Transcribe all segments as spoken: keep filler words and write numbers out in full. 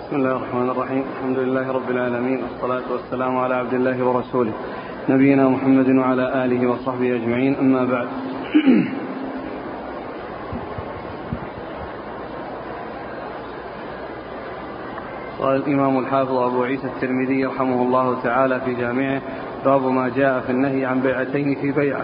بسم الله الرحمن الرحيم. الحمد لله رب العالمين، والصلاة والسلام على عبد الله ورسوله نبينا محمد وعلى آله وصحبه أجمعين، أما بعد. قال الإمام الحافظ أبو عيسى الترمذي رحمه الله تعالى في جامعه: باب ما جاء في النهي عن بيعتين في بيعة.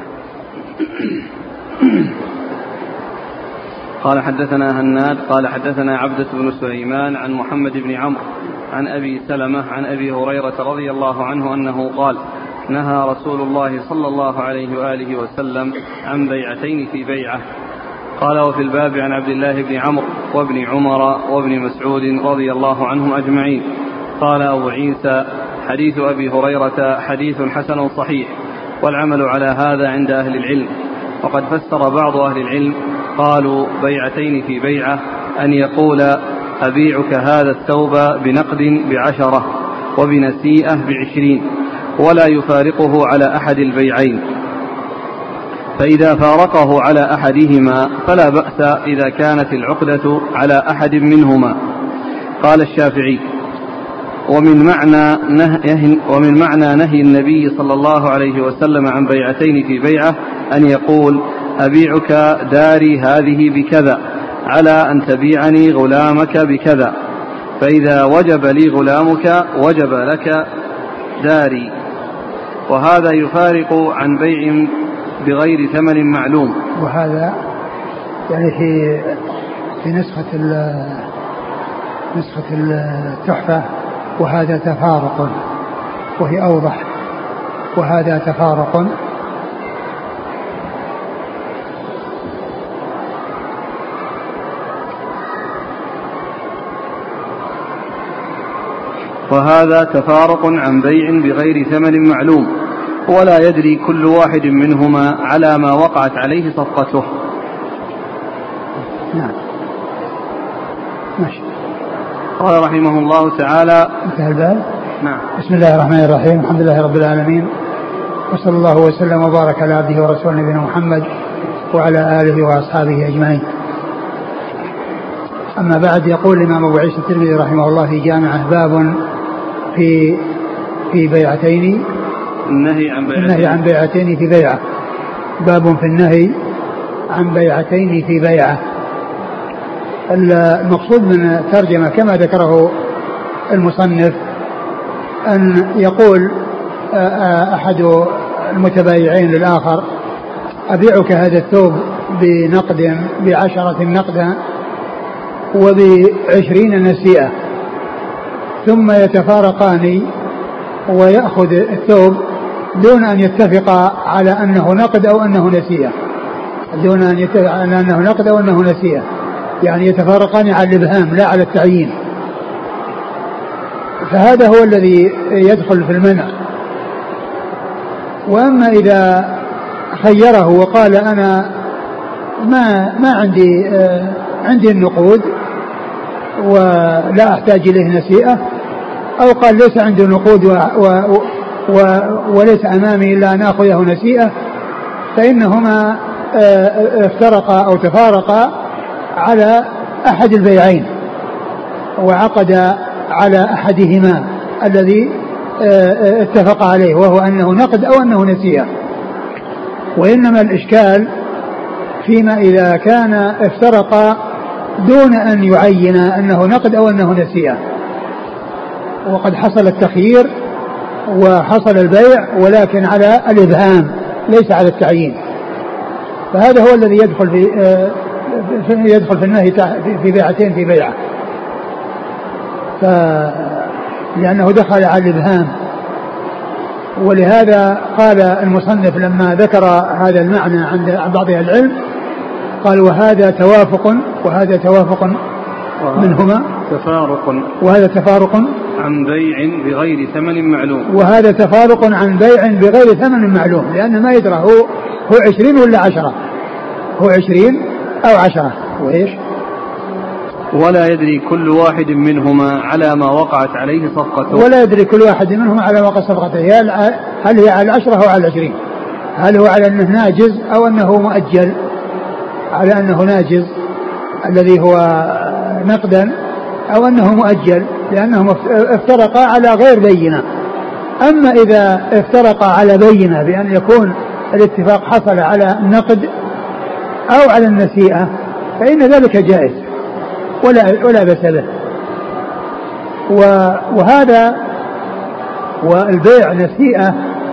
قال حدثنا هناد قال حدثنا عبدة بن سليمان عن محمد بن عمرو عن أبي سلمة عن أبي هريرة رضي الله عنه أنه قال: نهى رسول الله صلى الله عليه وآله وسلم عن بيعتين في بيعة. قال: وفي الباب عن عبد الله بن عمرو وابن عمر وابن مسعود رضي الله عنهم أجمعين. قال أبو عيسى: حديث أبي هريرة حديث حسن صحيح، والعمل على هذا عند أهل العلم. وقد فسر بعض أهل العلم قالوا: بيعتين في بيعة أن يقول: أبيعك هذا الثوب بنقد بعشرة وبنسيئة بعشرين، ولا يفارقه على أحد البيعين، فإذا فارقه على أحدهما فلا بأس إذا كانت العقدة على أحد منهما. قال الشافعي: ومن معنى نهي, ومن معنى نهي النبي صلى الله عليه وسلم عن بيعتين في بيعة أن يقول: أبيعك داري هذه بكذا على أن تبيعني غلامك بكذا، فإذا وجب لي غلامك وجب لك داري. وهذا يفارق عن بيع بغير ثمن معلوم. وهذا يعني في في نسخة نسخة التحفة: وهذا تفارق، وهي أوضح: وهذا تفارق. وهذا تفارق عن بيع بغير ثمن معلوم، ولا يدري كل واحد منهما على ما وقعت عليه صفقته. نعم. ماشي. قال رحمه الله تعالى: انتهى الباب. نعم. بسم الله الرحمن الرحيم. الحمد لله رب العالمين، وصلى الله وسلم وبارك على عبده ورسوله نبينا محمد وعلى آله وأصحابه أجمعين. أما بعد، يقول الإمام أبو عيسى الترمذي رحمه الله في جامعه: باب في في بيعتين النهي عن بيعتين, النهي عن بيعتين في بيعة. باب في النهي عن بيعتين في بيعة. المقصود من الترجمة كما ذكره المصنف أن يقول أحد المتبايعين للآخر: أبيعك هذا الثوب بنقد بعشرة نقدا وبعشرين نسيئة، ثم يتفارقان ويأخذ الثوب دون أن يتفق على أنه نقد أو أنه نسيئة، دون أن يتفق على أنه نقد أو أنه نسيئة، يعني يتفارقان على الإبهام لا على التعيين. فهذا هو الذي يدخل في المنع. وأما إذا خيره وقال: أنا ما ما عندي آه عندي النقود ولا أحتاج إليه نسيئة، أو قال ليس عنده نقود و و و وليس أمامي إلا أن أخذه نسيئة، فإنهما افترقا أو تفارقا على أحد البيعين، وعقد على أحدهما الذي اتفق عليه، وهو أنه نقد أو أنه نسيئة. وإنما الإشكال فيما إذا كان افترقا دون أن يعين أنه نقد أو أنه نسيئة، وقد حصل التخيير وحصل البيع ولكن على الإبهام ليس على التعيين. فهذا هو الذي يدخل في يدخل في النهي في بيعتين في بيعة، لأنه دخل على الإبهام. ولهذا قال المصنف لما ذكر هذا المعنى عند بعض أهل العلم قال: وهذا توافق وهذا توافق منهما تفارق وهذا تفارق عن بيع بغير ثمن معلوم وهذا تفارق عن بيع بغير ثمن معلوم، لأن ما يدرى هو هو عشرين ولا عشرة، هو عشرين أو عشرة، وإيش ولا يدري كل واحد منهما على ما وقعت عليه صفقته ولا يدري كل واحد منهما على ما وقعت صفقته، هل هي على العشرة أو على العشرين، هل هو على أنه ناجز أو أنه مؤجل، على أنه ناجز الذي هو نقدا أو أنه مؤجل. لأنهم افترقا على غير بينة. أما إذا افترقا على بينة بأن يكون الاتفاق حصل على النقد أو على النسيئة فإن ذلك جائز ولا ولا بأس به. وهذا والبيع نسيئة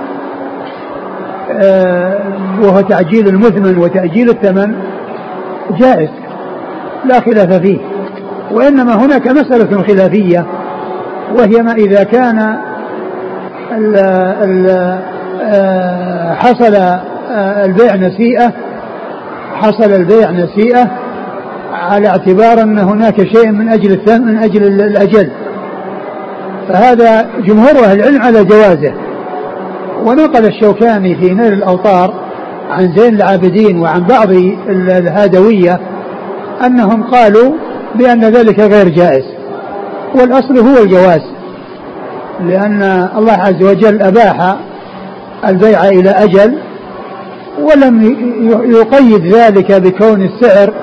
وهو تعجيل المثمن وتأجيل الثمن جائز لا خلاف فيه. وإنما هناك مسألة خلافية وهي ما إذا كان ال ال حصل البيع نسيئة حصل البيع نسيئة على اعتبار أن هناك شيء من أجل الثمن من أجل الأجل، فهذا جمهور أهل العلم على جوازه. ونقل الشوكاني في نيل الأوطار عن زين العابدين وعن بعض الهادوية أنهم قالوا بأن ذلك غير جائز، والأصل هو الجواز، لأن الله عز وجل أباح البيع إلى أجل ولم يقيد ذلك بكون السعر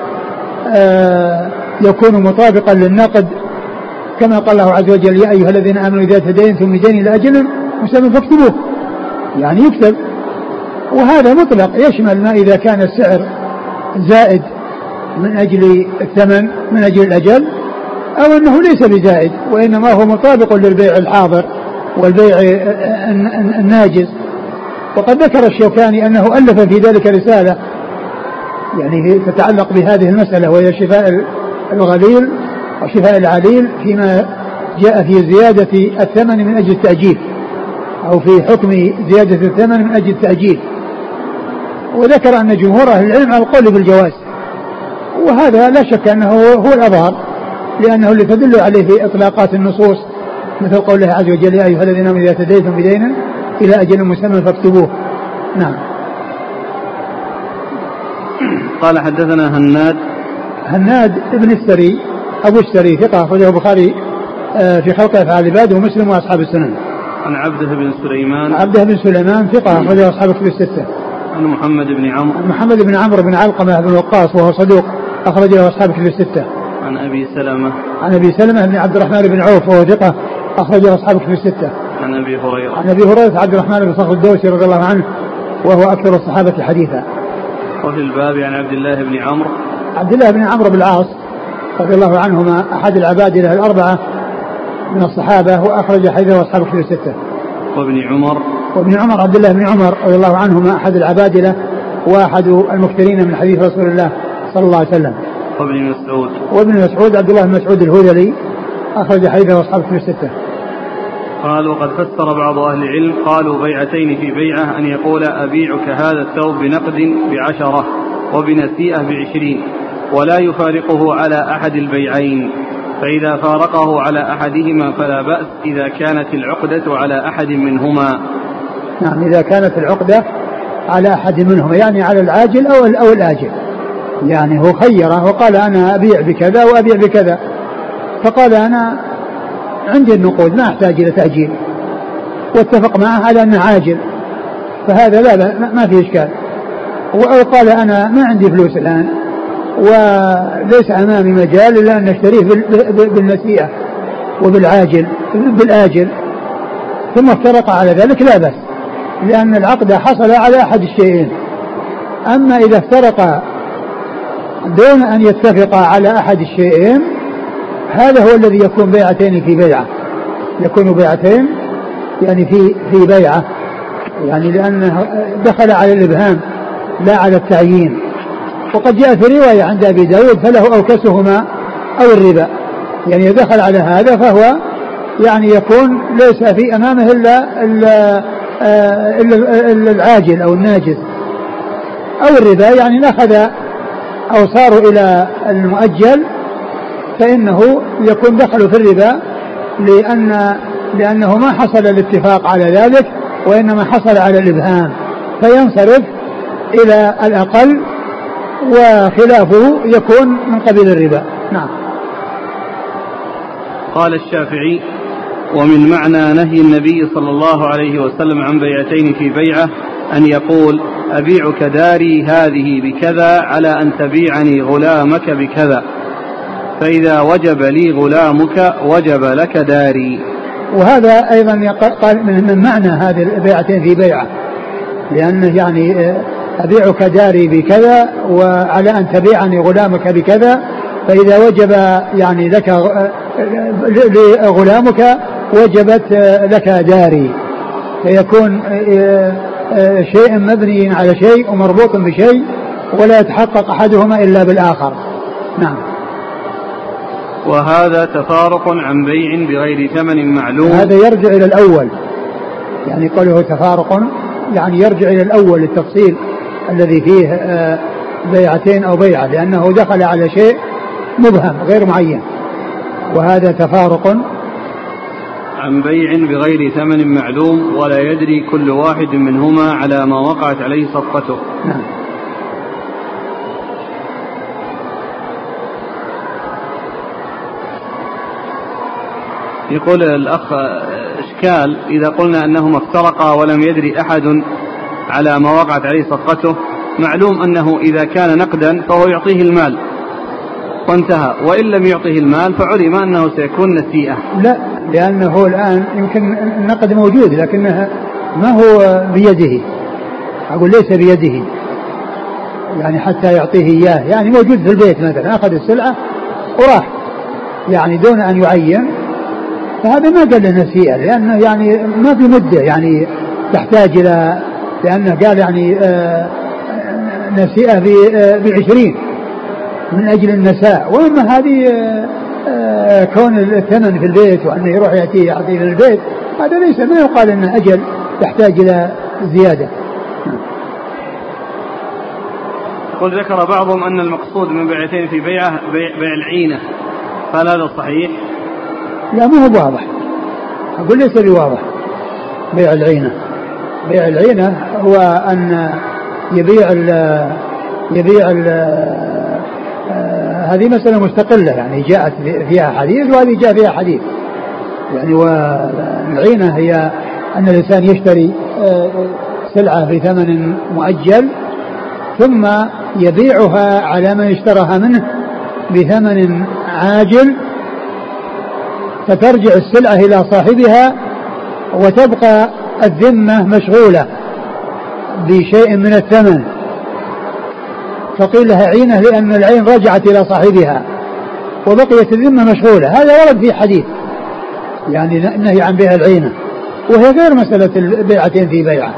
يكون مطابقا للنقد، كما قال الله عز وجل يا أيها الذين آمنوا إذا تداينتم بدين إلى أجل مسمى فاكتبوه، يعني يكتب. وهذا مطلق يشمل ما إذا كان السعر زائد من أجل الثمن من أجل الأجل أو أنه ليس بزائد وإنما هو مطابق للبيع الحاضر والبيع الناجز. وقد ذكر الشوكاني أنه ألف في ذلك رسالة يعني تتعلق بهذه المسألة وهي شفاء الغليل وشفاء العليل فيما جاء في زيادة الثمن من أجل التأجيل أو في حكم زيادة الثمن من أجل التأجيل. وذكر أن جمهور أهل العلم على القول بالجواز، وهذا لا شك أنه هو الأظهر لأنه اللي تدل عليه في إطلاقات النصوص مثل قول الله عز وجل يا أيها الذين آمنوا إذا تداينتم بدين إلى أجل مسمى فاكتبوه. نعم. قال حدثنا هناد هناد ابن السري أبو السري ثقة أخرجه البخاري في خلق أفعال العباد ومسلم وأصحاب السنن. عن عبده بن سليمان عبده بن سليمان ثقة أخرجه أصحاب الكتب الستة. عن محمد بن عمرو محمد بن عمرو بن علقمة بن وقاص وهو صدوق أخرجه أصحاب الكتب الستة. عن أبي سلمة عن أبي سلمة بن عبد الرحمن بن عوف وهو ثقة أخرجه أصحاب الكتب الستة. عن أبي هريرة عن أبي هريرة عبد الرحمن بن صخر الدوسي رضي الله عنه وهو أكثر الصحابة حديثا. وفي الباب عن عبد الله بن عمرو عبد الله بن عمرو بن العاص رضي الله عنهما أحد العبادلة الأربعة من الصحابة وأخرج حديثه أصحاب الكتب الستة. وابن عمر وابن عمر عبد الله بن عمر رضي الله عنهما أحد العبادلة وأحد المكثرين من حديث رسول الله صلى الله عليه وسلم. وابن مسعود وابن مسعود عبد الله بن مسعود الهذلي أخرج حديثه أصحاب الكتب الستة. قالوا قد فسر بعض أهل العلم قالوا بيعتين في بيعة أن يقول أبيعك هذا الثوب بنقد بعشرة وبنسيئة بعشرين ولا يفارقه على أحد البيعين، فإذا فارقه على أحدهما فلا بأس إذا كانت العقدة على أحد منهما. نعم إذا كانت العقدة على أحد منهما يعني على العاجل أو أو الآجل، يعني هو خيره وقال أنا أبيع بكذا وأبيع بكذا، فقال أنا عندي النقود ما أحتاج إلى تأجيل واتفق معه على أنه عاجل، فهذا لا ما في إشكال. أو قال أنا ما عندي فلوس الآن وليس أمامي مجال إلا أن نشتريه بالنسيئة وبالعاجل بالآجل ثم افترق على ذلك لا بأس، لأن العقد حصل على أحد الشيئين. أما إذا افترق دون أن يتفق على أحد الشيئين هذا هو الذي يكون بيعتين في بيعة، يكون بيعتين يعني في في بيعة، يعني لأنه دخل على الإبهام لا على التعيين. وقد جاء في رواية عند أبي داود فله أوكسهما أو الربا، يعني دخل على هذا فهو يعني يكون ليس في أمامه إلا, إلا, إلا العاجل أو الناجز أو الربا، يعني أخذ أو صاروا إلى المؤجل فإنه يكون دخلوا في الربا لأن لأنه ما حصل الاتفاق على ذلك وإنما حصل على الإبهام، فينصرف إلى الأقل وخلافه يكون من قبيل الربا. نعم. قال الشافعي ومن معنى نهي النبي صلى الله عليه وسلم عن بيعتين في بيعة أن يقول أبيعك داري هذه بكذا على أن تبيعني غلامك بكذا، فإذا وجب لي غلامك وجب لك داري. وهذا أيضا قال من معنى هذه البيعتين في بيعة، لأنه يعني أبيعك داري بكذا وعلى أن تبيعني غلامك بكذا، فإذا وجب يعني لك غلامك وجبت لك داري، فيكون شيء مبني على شيء ومربوط بشيء ولا يتحقق أحدهما إلا بالآخر. نعم. وهذا تفارق عن بيع بغير ثمن معلوم. هذا يرجع إلى الأول، يعني قوله تفارق يعني يرجع إلى الأول التفصيل الذي فيه بيعتين أو بيعة، لأنه دخل على شيء مبهم غير معين. وهذا تفارق عن بيع بغير ثمن معلوم ولا يدري كل واحد منهما على ما وقعت عليه صفقته. نعم. يقول الأخ إشكال إذا قلنا أنهما افترقا ولم يدري أحد على ما وقعت عليه صفقته، معلوم أنه إذا كان نقدا فهو يعطيه المال وانتهى، وإن لم يعطيه المال فعلم أنه سيكون نسيئة. لا، لأنه الآن يمكن النقد موجود لكنها ما هو بيده، أقول ليس بيده يعني حتى يعطيه إياه، يعني موجود في البيت مثلا أخذ السلعة وراح يعني دون أن يعين، فهذا ما قال له نسيئة، لأنه يعني ما في مدة يعني تحتاج إلى، لأنه قال يعني نسيئة بعشرين من أجل النساء. وأما هذه كون الثمن في البيت وأنه يروح يأتيه يعطيه في البيت، هذا ليس، ما يقال أنه أجل تحتاج إلى زيادة. يقول ذكر بعضهم أن المقصود من بيعتين في بيعة بيع, بيع العينة، فهل هذا صحيح؟ لا، ما هو واضح، أقول ليس بواضح بيع العينة. بيع العينة هو أن يبيع ال يبيع ال هذه مسألة مستقلة، يعني جاءت فيها حديث وهذه جاء فيها حديث، يعني والعينة هي أن الإنسان يشتري سلعة بثمن مؤجل ثم يبيعها على من اشتراها منه بثمن عاجل، فترجع السلعة إلى صاحبها وتبقى الذمة مشغولة بشيء من الثمن، فقيل لها عينة لأن العين رجعت إلى صاحبها وبقيت الذمة مشغولة. هذا ورد في حديث يعني نهي عن بيع العينة، وهي غير مسألة البيعتين في بيعة.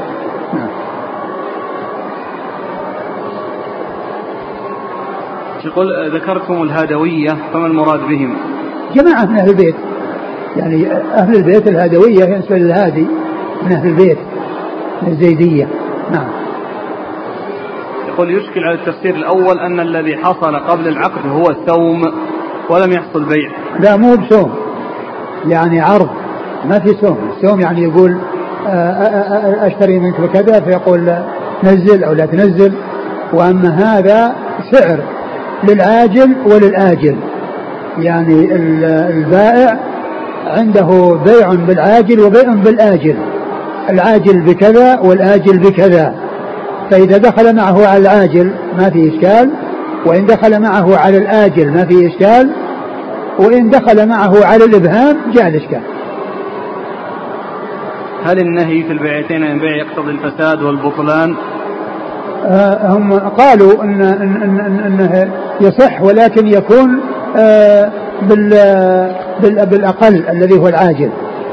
يقول ذكرتم الهادوية، فما المراد بهم؟ جماعة من أهل البيت، يعني أهل البيت الهادوية ينسبة للهادي من أهل البيت من الزيدية. نعم. يقول يشكل على التفسير الأول أن الذي حصل قبل العقد هو السوم ولم يحصل بيع. لا، مو بسوم، يعني عرض، ما في سوم. السوم يعني يقول أشتري منك بكذا فيقول نزل أو لا تنزل، وأما هذا سعر للعاجل وللآجل، يعني البائع عنده بيع بالعاجل وبيع بالآجل، العاجل بكذا والآجل بكذا، فإذا دخل معه على العاجل ما في إشكال، وإن دخل معه على الآجل ما في إشكال، وإن دخل معه على الإبهام جاء الإشكال. هل النهي في البيعتين عن البيع يقتضي الفساد والبطلان؟ آه هم قالوا إن إن إن إنه يصح، ولكن يكون آه بال بال بالأقل الذي هو العاجل.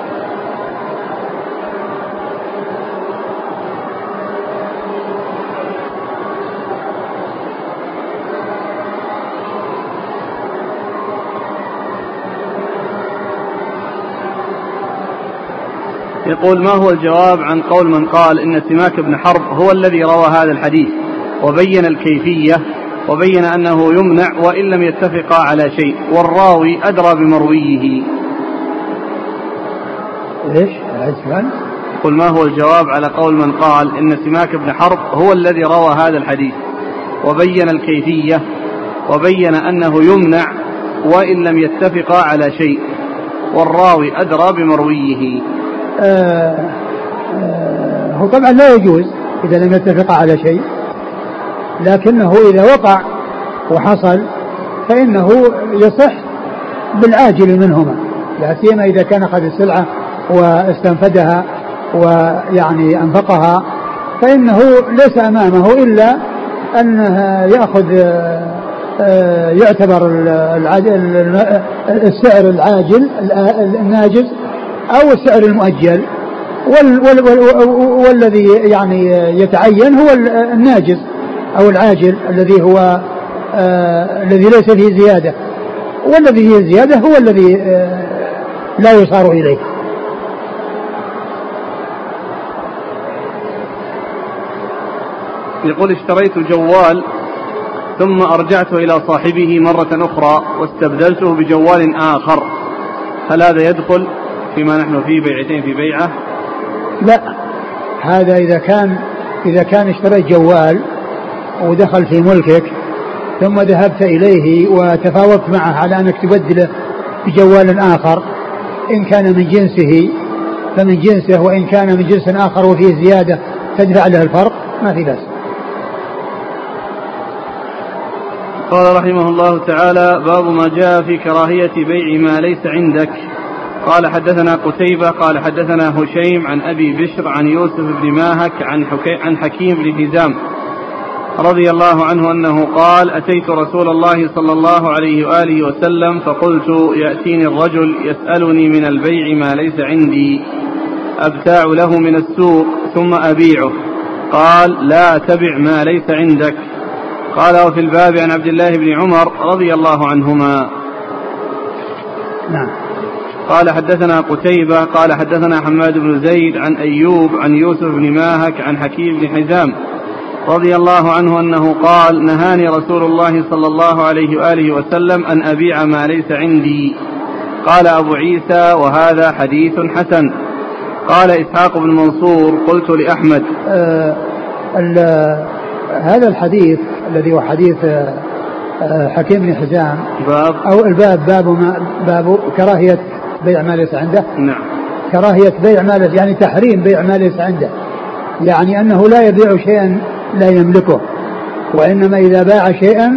يقول ما هو الجواب عن قول من قال إن سماك بن حرب هو الذي روى هذا الحديث وبين الكيفية وبين أنه يمنع وإن لم يتفقا على شيء والراوي أدرى بمرويه؟ ليش؟ يقول ما هو الجواب على قول من قال إن سماك بن حرب هو الذي روى هذا الحديث وبين الكيفية وبين أنه يمنع وإن لم يتفقا على شيء والراوي أدرى بمرويه؟ آه آه هو طبعا لا يجوز إذا لم يتفق على شيء، لكنه إذا وقع وحصل فإنه يصح بالعاجل منهما، لا سيما إذا كان أخذ السلعة واستنفدها ويعني أنفقها، فإنه ليس أمامه إلا أنها يأخذ يعتبر السعر العاجل الناجز أو السعر المؤجل، والذي يعني يتعين هو الناجز أو العاجل الذي هو الذي ليس فيه زيادة، والذي فيه زيادة هو الذي لا يصار إليه. يقول اشتريت جوال ثم أرجعت إلى صاحبه مرة أخرى واستبدلته بجوال آخر، هل هذا يدخل فيما نحن فيه بيعتين في بيعة؟ لا، هذا إذا كان إذا كان اشتريت جوال ودخل في ملكك ثم ذهبت إليه وتفاوضت معه على أنك تبدله بجوال آخر، إن كان من جنسه فمن جنسه، وإن كان من جنس آخر وفيه زيادة تدفع له الفرق، ما في بأس. قال رحمه الله تعالى: باب ما جاء في كراهية بيع ما ليس عندك. قال حدثنا قتيبة قال حدثنا هشيم عن أبي بشر عن يوسف بن ماهك عن, عن حكيم بن حزام رضي الله عنه أنه قال: أتيت رسول الله صلى الله عليه وآله وسلم فقلت: يأتيني الرجل يسألني من البيع ما ليس عندي، أبتاع له من السوق ثم أبيعه. قال: لا تبع ما ليس عندك. قال: وفي الباب عن عبد الله بن عمر رضي الله عنهما. نعم. قال حدثنا قتيبة قال حدثنا حماد بن زيد عن أيوب عن يوسف بن ماهك عن حكيم بن حزام رضي الله عنه أنه قال: نهاني رسول الله صلى الله عليه وآله وسلم أن أبيع ما ليس عندي. قال أبو عيسى: وهذا حديث حسن. قال إسحاق بن منصور: قلت لأحمد آه هذا الحديث الذي هو حديث آه حكيم بن حزام باب أو الباب باب, ما باب كراهية بيع ما ليس عنده. نعم. كراهية بيع ما ليس يعني تحريم بيع ما ليس عنده، يعني أنه لا يبيع شيئا لا يملكه، وإنما إذا باع شيئا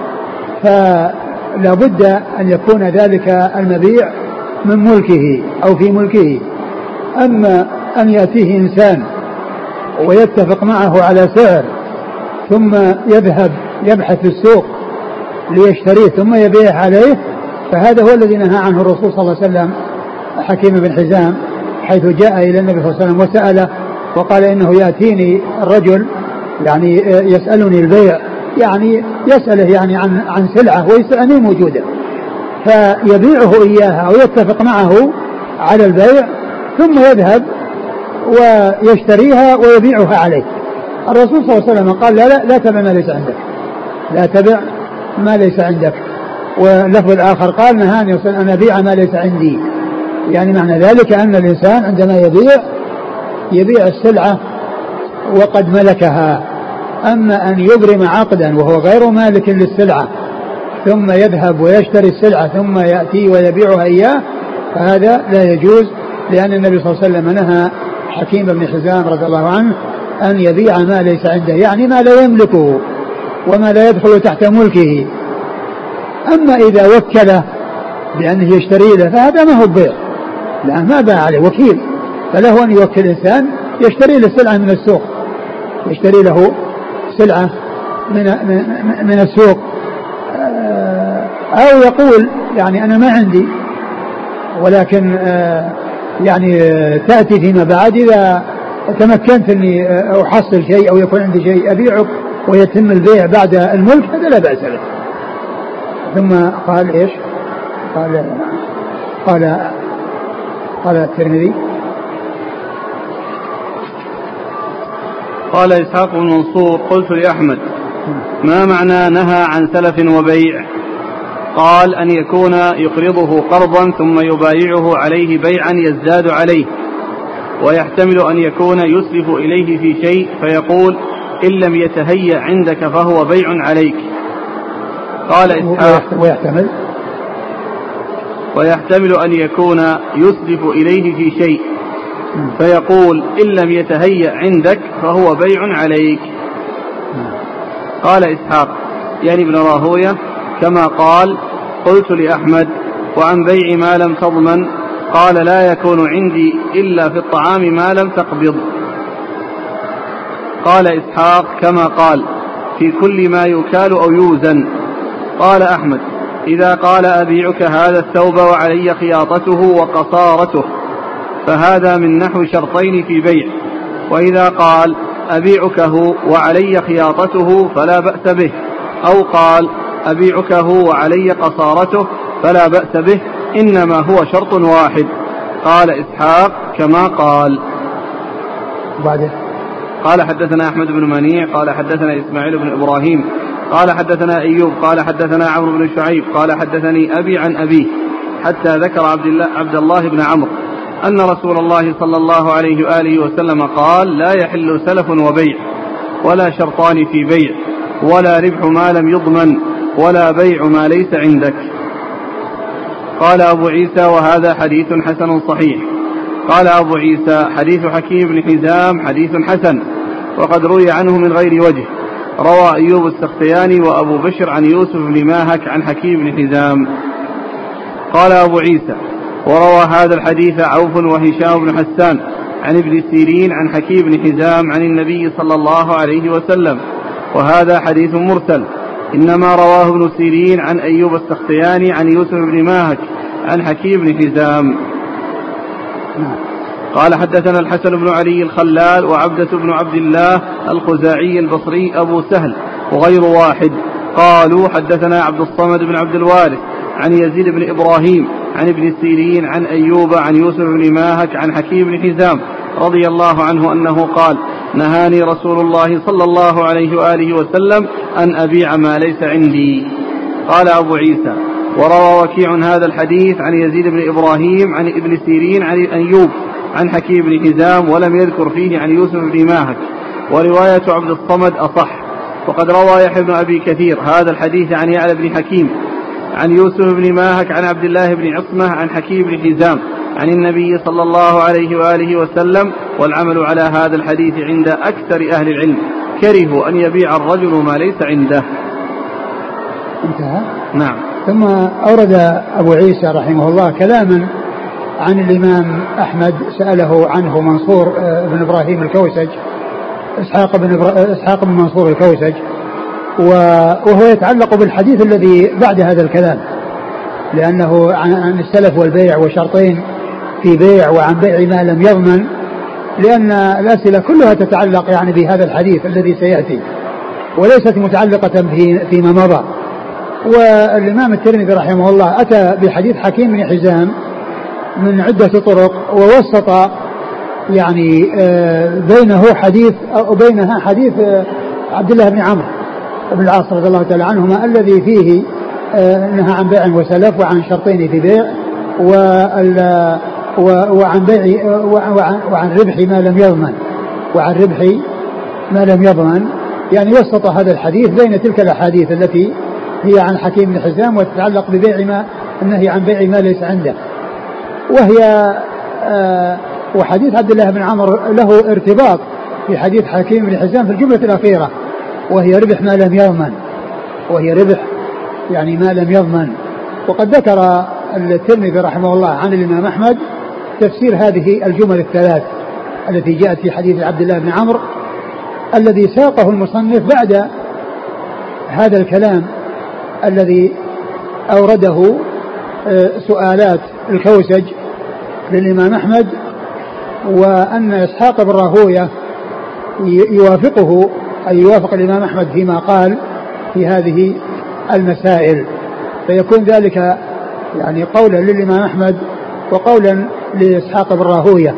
فلا بد أن يكون ذلك المبيع من ملكه أو في ملكه. أما أن يأتيه إنسان ويتفق معه على سعر ثم يذهب يبحث في السوق ليشتريه ثم يبيع عليه، فهذا هو الذي نهى عنه الرسول صلى الله عليه وسلم حكيم بن حزام، حيث جاء إلى النبي صلى الله عليه وسلم وسأله وقال: إنه يأتيني الرجل يعني يسألني البيع، يعني يسأله يعني عن عن سلعة ويسألني موجودة، فيبيعه إياها أو يتفق معه على البيع ثم يذهب ويشتريها ويبيعها عليه. الرسول صلى الله عليه وسلم قال: لا لا, لا تبع ما ليس عندك، لا تبع ما ليس عندك. واللفظ الآخر قال: نهاني أن أبيع ما ليس عندي، يعني معنى ذلك أن الإنسان عندما يبيع يبيع السلعة وقد ملكها. أما أن يبرم عقدا وهو غير مالك للسلعة ثم يذهب ويشتري السلعة ثم يأتي ويبيعها إياه، فهذا لا يجوز، لأن النبي صلى الله عليه وسلم نهى حكيم بن حزام رضي الله عنه أن يبيع ما ليس عنده، يعني ما لا يملكه وما لا يدخل تحت ملكه. أما إذا وكله بأنه يشتري له فهذا ما هو بيع، لأن ما باع عليه وكيل، فله أن يوكل إنسان يشتري له سلعة من السوق، يشتري له سلعة من من السوق، أو يقول يعني أنا ما عندي ولكن يعني تأتي فيما بعد إذا تمكنت أني أحصل شيء أو يكون عندي شيء أبيعه ويتم البيع بعد الملك، هذا لا بأس له. ثم قال إيش؟ قال قال قال الترمذي قال إسحاق بن منصور: قلت لأحمد: ما معنى نهى عن سلف وبيع؟ قال: أن يكون يقرضه قرضا ثم يبايعه عليه بيعا يزداد عليه، ويحتمل أن يكون يسلف إليه في شيء فيقول: إن لم يتهيأ عندك فهو بيع عليك. قال إسحاق: ويحتمل ويحتمل أن يكون يسلف إليه في شيء فيقول: إن لم يتهيأ عندك فهو بيع عليك. قال إسحاق يعني ابن راهوية كما قال: قلت لأحمد وعن بيع ما لم تضمن؟ قال لا يكون عندي إلا في الطعام ما لم تقبض. قال إسحاق كما قال في كل ما يكال أو يوزن. قال أحمد إذا قال أبيعك هذا الثوب وعلي خياطته وقصارته فهذا من نحو شرطين في بيع، وإذا قال أبيعكه وعلي خياطته فلا بأس به، أو قال أبيعكه وعلي قصارته فلا بأس به، إنما هو شرط واحد. قال إسحاق كما قال. بعده قال حدثنا أحمد بن منيع قال حدثنا إسماعيل بن إبراهيم قال حدثنا أيوب قال حدثنا عمرو بن شعيب قال حدثني أبي عن أبيه حتى ذكر عبد الله, عبد الله بن عمرو أن رسول الله صلى الله عليه وآله وسلم قال لا يحل سلف وبيع ولا شرطان في بيع ولا ربح ما لم يضمن ولا بيع ما ليس عندك. قال أبو عيسى وهذا حديث حسن صحيح. قال أبو عيسى حديث حكيم بن حزام حديث حسن وقد روي عنه من غير وجه، روى أيوب السختياني وأبو بشر عن يوسف بن ماهك عن حكيم بن حزام. قال أبو عيسى وروى هذا الحديث عوف وهشام بن حسان عن ابن سيرين عن حكيم بن حزام عن النبي صلى الله عليه وسلم، وهذا حديث مرسل، إنما رواه ابن سيرين عن أيوب السختياني عن يوسف بن ماهك عن حكيم بن حزام. قال حدثنا الحسن بن علي الخلال وعبدة بن عبد الله الخزاعي البصري أبو سهل وغير واحد قالوا حدثنا عبد الصمد بن عبد الوارث عن يزيد بن إبراهيم عن ابن سيرين عن أيوب عن يوسف بن ماهك عن حكيم بن حزام رضي الله عنه أنه قال نهاني رسول الله صلى الله عليه وآله وسلم أن أبيع ما ليس عندي. قال أبو عيسى وروى وكيع هذا الحديث عن يزيد بن إبراهيم عن ابن سيرين عن أيوب عن حكيم بن حزام ولم يذكر فيه عن يوسف بن ماهك، ورواية عبد الصمد أصح. وقد روى يحيى بن أبي كثير هذا الحديث عن يعلى بن حكيم عن يوسف بن ماهك عن عبد الله بن عصمة عن حكيم بن حزام عن النبي صلى الله عليه وآله وسلم، والعمل على هذا الحديث عند أكثر أهل العلم، كرهوا أن يبيع الرجل ما ليس عنده. انتهى. نعم. ثم أورد أبو عيسى رحمه الله كلاما عن الإمام أحمد سأله عنه منصور بن إبراهيم الكوسج إسحاق بن, إبرا... إسحاق بن منصور الكوسج، وهو يتعلق بالحديث الذي بعد هذا الكلام، لأنه عن السلف والبيع وشرطين في بيع وعن بيع ما لم يضمن، لأن الأسئلة كلها تتعلق يعني بهذا الحديث الذي سيأتي وليست متعلقة فيما مضى. والإمام الترمذي رحمه الله أتى بحديث حكيم بن حزام من عدة طرق، ووسط يعني بينه حديث أو بينها حديث عبد الله بن عمرو بن العاص رضي الله تعالى عنهما الذي فيه نهى عن بيع وسلف وعن شرطين في بيع وعن بيع وعن ربح ما لم يضمن وعن ربح ما لم يضمن، يعني وسط هذا الحديث بين تلك الأحاديث التي هي عن حكيم بن حزام وتتعلق ببيع ما النهي عن بيع ما ليس عنده، وهي آه وحديث عبد الله بن عمرو له ارتباط في حديث حكيم بن حزام في الجملة الأخيرة، وهي ربح ما لم يضمن وهي ربح يعني ما لم يضمن. وقد ذكر الترمذي رحمه الله عن الإمام أحمد تفسير هذه الجمل الثلاث التي جاءت في حديث عبد الله بن عمرو الذي ساقه المصنف بعد هذا الكلام الذي أورده سؤالات الكوسج للإمام أحمد، وأن إسحاق بن راهوية يوافقه أي يوافق الإمام أحمد فيما قال في هذه المسائل، فيكون ذلك يعني قولا للإمام أحمد وقولا لإسحاق بن راهوية.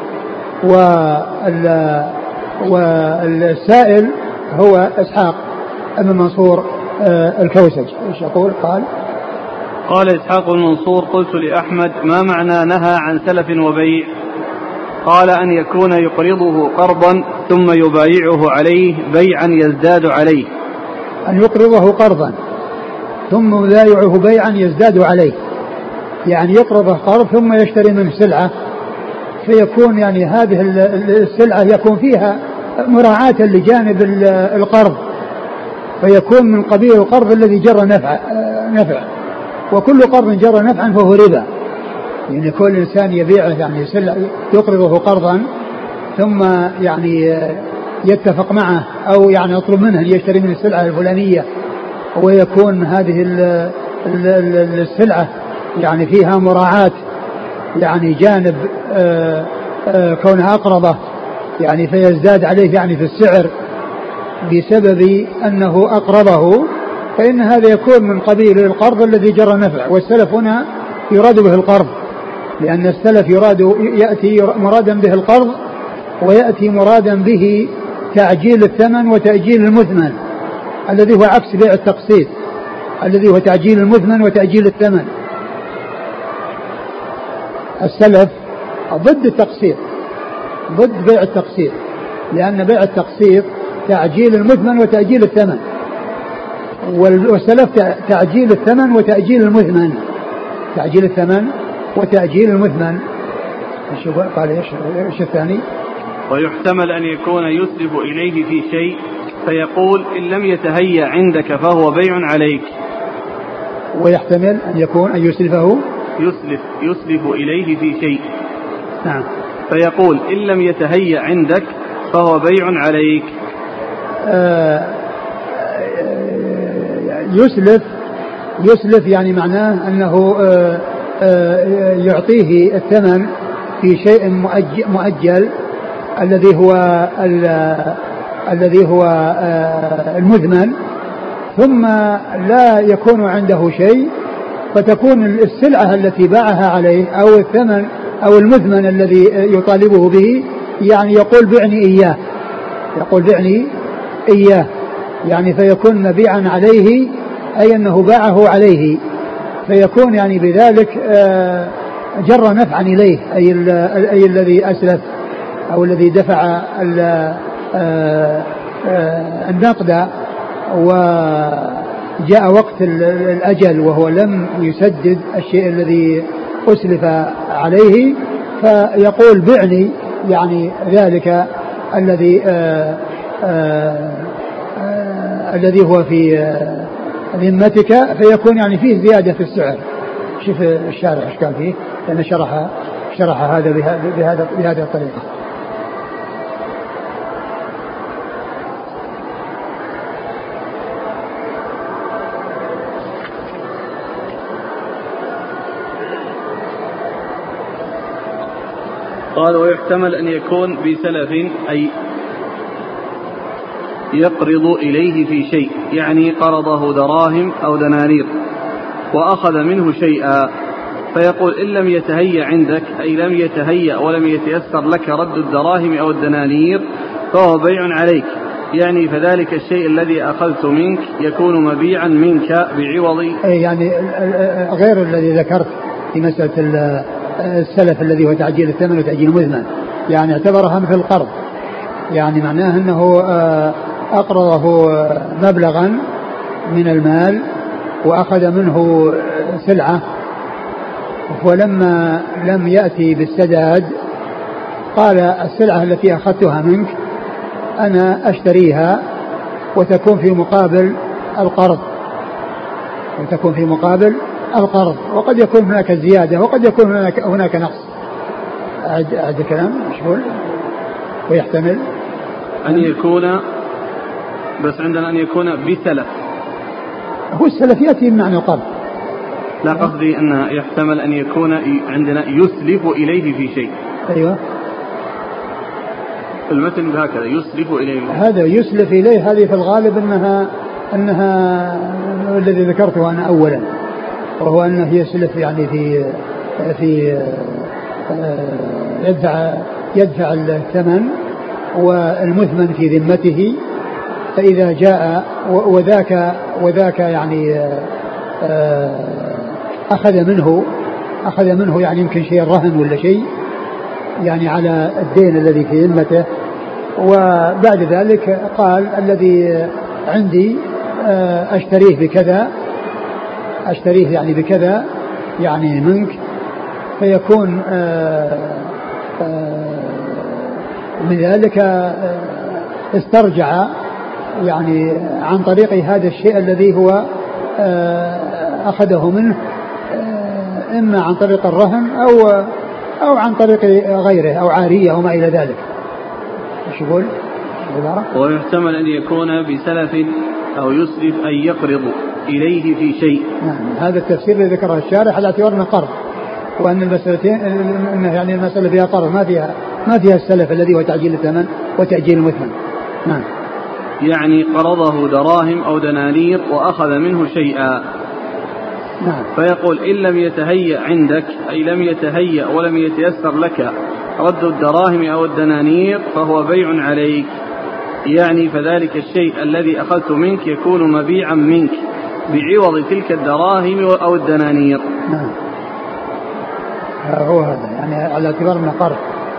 والسائل هو إسحاق بن منصور الكوسج. ايش يقول؟ قال قال إسحاق بن منصور قلت لأحمد ما معنى نهى عن سلف وبيع؟ قال أن يكون يقرضه قرضا ثم يبايعه عليه بيعا يزداد عليه. أن يقرضه قرضا ثم يبايعه بيعا يزداد عليه، يعني يقرضه قرض ثم يشتري منه سلعة، فيكون يعني هذه السلعة يكون فيها مراعاة لجانب القرض، فيكون من قبيل القرض الذي جر نفع, نفع وكل قرض جر نفعا فهو ربا. يعني كل إنسان يبيعه يعني سلع يقرضه قرضا ثم يعني يتفق معه أو يعني يطلب منه أن يشتري من السلعة الفلانية ويكون هذه السلعة يعني فيها مراعاة يعني جانب آآ آآ كونها أقرضه يعني فيزداد عليه يعني في السعر بسبب أنه أقرضه، فإن هذا يكون من قبيل القرض الذي جر نفع. والسلف هنا يراد به القرض، لأن السلف يراد يأتي مرادا به القرض ويأتي مرادا به تعجيل الثمن وتأجيل المثمن الذي هو عكس بيع التقسيط الذي هو تعجيل المثمن وتأجيل الثمن. السلف ضد التقسيط، ضد بيع التقسيط، لأن بيع التقسيط تعجيل المثمن وتأجيل الثمن، والسلف تعجيل الثمن وتأجيل المثمن، تعجيل الثمن وتأجيل المثمن. قال ايش الثاني؟ ويحتمل أن يكون يسلف إليه في شيء فيقول إن لم يتهيأ عندك فهو بيع عليك. ويحتمل أن يكون أن يسلفه يسلف يسلف إليه في شيء نعم فيقول إن لم يتهيأ عندك فهو بيع عليك. آه يسلف يسلف يعني معناه أنه آه آه يعطيه الثمن في شيء مؤجل, مؤجل الذي هو الذي هو آه المثمن، ثم لا يكون عنده شيء فتكون السلعة التي باعها عليه أو الثمن أو المثمن الذي يطالبه به يعني يقول بعني إياه، يقول بعني إياه يعني فيكون مبيعا عليه أي أنه باعه عليه، فيكون يعني بذلك جر نفعا إليه أي, أي الذي أسلف أو الذي دفع النقد وجاء وقت الأجل وهو لم يسدد الشيء الذي أسلف عليه فيقول بعني يعني ذلك الذي آآ آآ آآ الذي هو في ذمتك، فيكون يعني فيه زيادة في السعر. شوف الشارع ايش كان فيه، لأن شرح شرح هذا بهذا بهذه الطريقة. قال ويحتمل أن يكون بسلف أي يقرض إليه في شيء يعني قرضه دراهم أو دنانير وأخذ منه شيئا فيقول إن لم يتهيأ عندك أي لم يتهيأ ولم يتيسر لك رد الدراهم أو الدنانير فهو بيع عليك، يعني فذلك الشيء الذي أخذت منك يكون مبيعا منك بعوض. يعني غير الذي ذكرت في مسألة السلف الذي هو تعجيل الثمن وتأجيل المثمن، يعني اعتبرها مثل القرض، يعني معناه أنه أقرضه مبلغا من المال وأخذ منه سلعة، ولما لم يأتي بالسداد قال السلعة التي أخذتها منك أنا أشتريها وتكون في مقابل القرض وتكون في مقابل القرض وقد يكون هناك زيادة وقد يكون هناك, هناك نقص. أعد, أعد الكلام مشغول. ويحتمل أن يكون بس عندنا أن يكون بسلف، هو السلف يأتي بمعنى القرض، لا قصدي أنه يحتمل أن يكون عندنا يسلف إليه في شيء. أيوة المتن هكذا يسلف إليه، هذا يسلف إليه هذه في الغالب أنها أنها الذي ذكرته أنا أولا، وهو أنه يسلف يعني في في يدفع يدفع الثمن والمثمن في ذمته، فإذا جاء وذاك وذاك يعني أخذ منه أخذ منه يعني يمكن شيء رهن ولا شيء يعني على الدين الذي في ذمته، وبعد ذلك قال الذي عندي أشتريه بكذا أشتريه يعني بكذا يعني منك، فيكون من ذلك استرجع يعني عن طريق هذا الشيء الذي هو أخذه منه إما عن طريق الرهن أو أو عن طريق غيره أو عارية أو ما إلى ذلك. ايش يقول؟ ويحتمل أن يكون بسلف أو يسلف أن يقرض إليه في شيء. نعم هذا التفسير الذي ذكره الشارح على اعتبار انه قرض، وأن المسألتين إنه يعني المسألة فيها قرض ما فيها ما فيها السلف الذي هو تعجيل الثمن وتأجيل المثمن. نعم يعني قرضه دراهم أو دنانير وأخذ منه شيئا. نعم. فيقول إن لم يتهيأ عندك أي لم يتهيأ ولم يتيسر لك رد الدراهم أو الدنانير فهو بيع عليك، يعني فذلك الشيء الذي أخذت منك يكون مبيعا منك بعوض تلك الدراهم أو الدنانير. نعم هو هذا يعني على اعتبار انه قرض،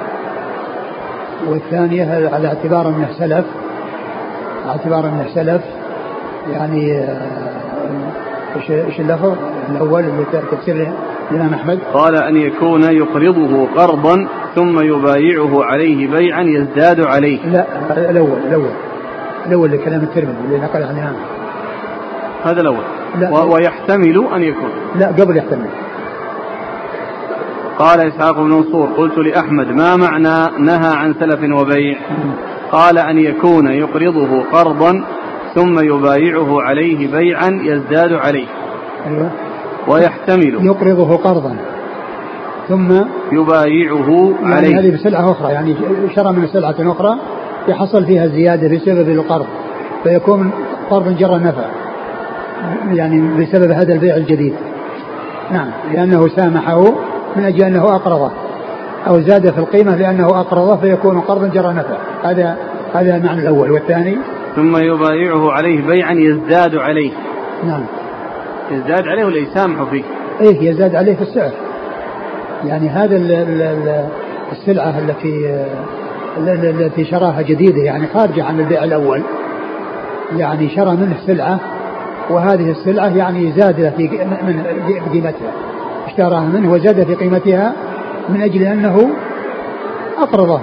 والثانية على اعتبار انه سلف، على اعتبار انه سلف يعني ايش اللفظ الاول اللي تفسير الإمام أحمد؟ قال أن يكون يقرضه قرضا ثم يبايعه عليه بيعا يزداد عليه. لا الاول الاول الاول لكلام الترمذي اللي نقل عن الإمام هذا الاول. ويحتمل ان يكون لا قبل يحتمل. قال إسحاق بن منصور قلت لأحمد ما معنى نهى عن سلف وبيع؟ قال أن يكون يقرضه قرضا ثم يبايعه عليه بيعا يزداد عليه. أيوة. ويحتمل يقرضه قرضا ثم يبايعه يعني عليه، هذه بسلعة أخرى يعني شرى من سلعة أخرى يحصل فيها زيادة بسبب القرض فيكون قرض جرى نفع يعني بسبب هذا البيع الجديد. نعم لأنه سامحه من أجل أنه أقرضه أو زاد في القيمة لأنه أقرضه فيكون قرضا جرى نفع. هذا هذا المعنى الأول. والثاني ثم يبايعه عليه بيعا يزداد عليه. نعم يزداد عليه ولا يسامح فيه؟ إيه يزداد عليه في السعر. يعني هذا السلعة التي التي شراها جديدة يعني خارجة عن البيع الأول، يعني شرى منه سلعة وهذه السلعة يعني زاد في من قيمتها، اشتراها منه وزاد في قيمتها من أجل أنه أقرضه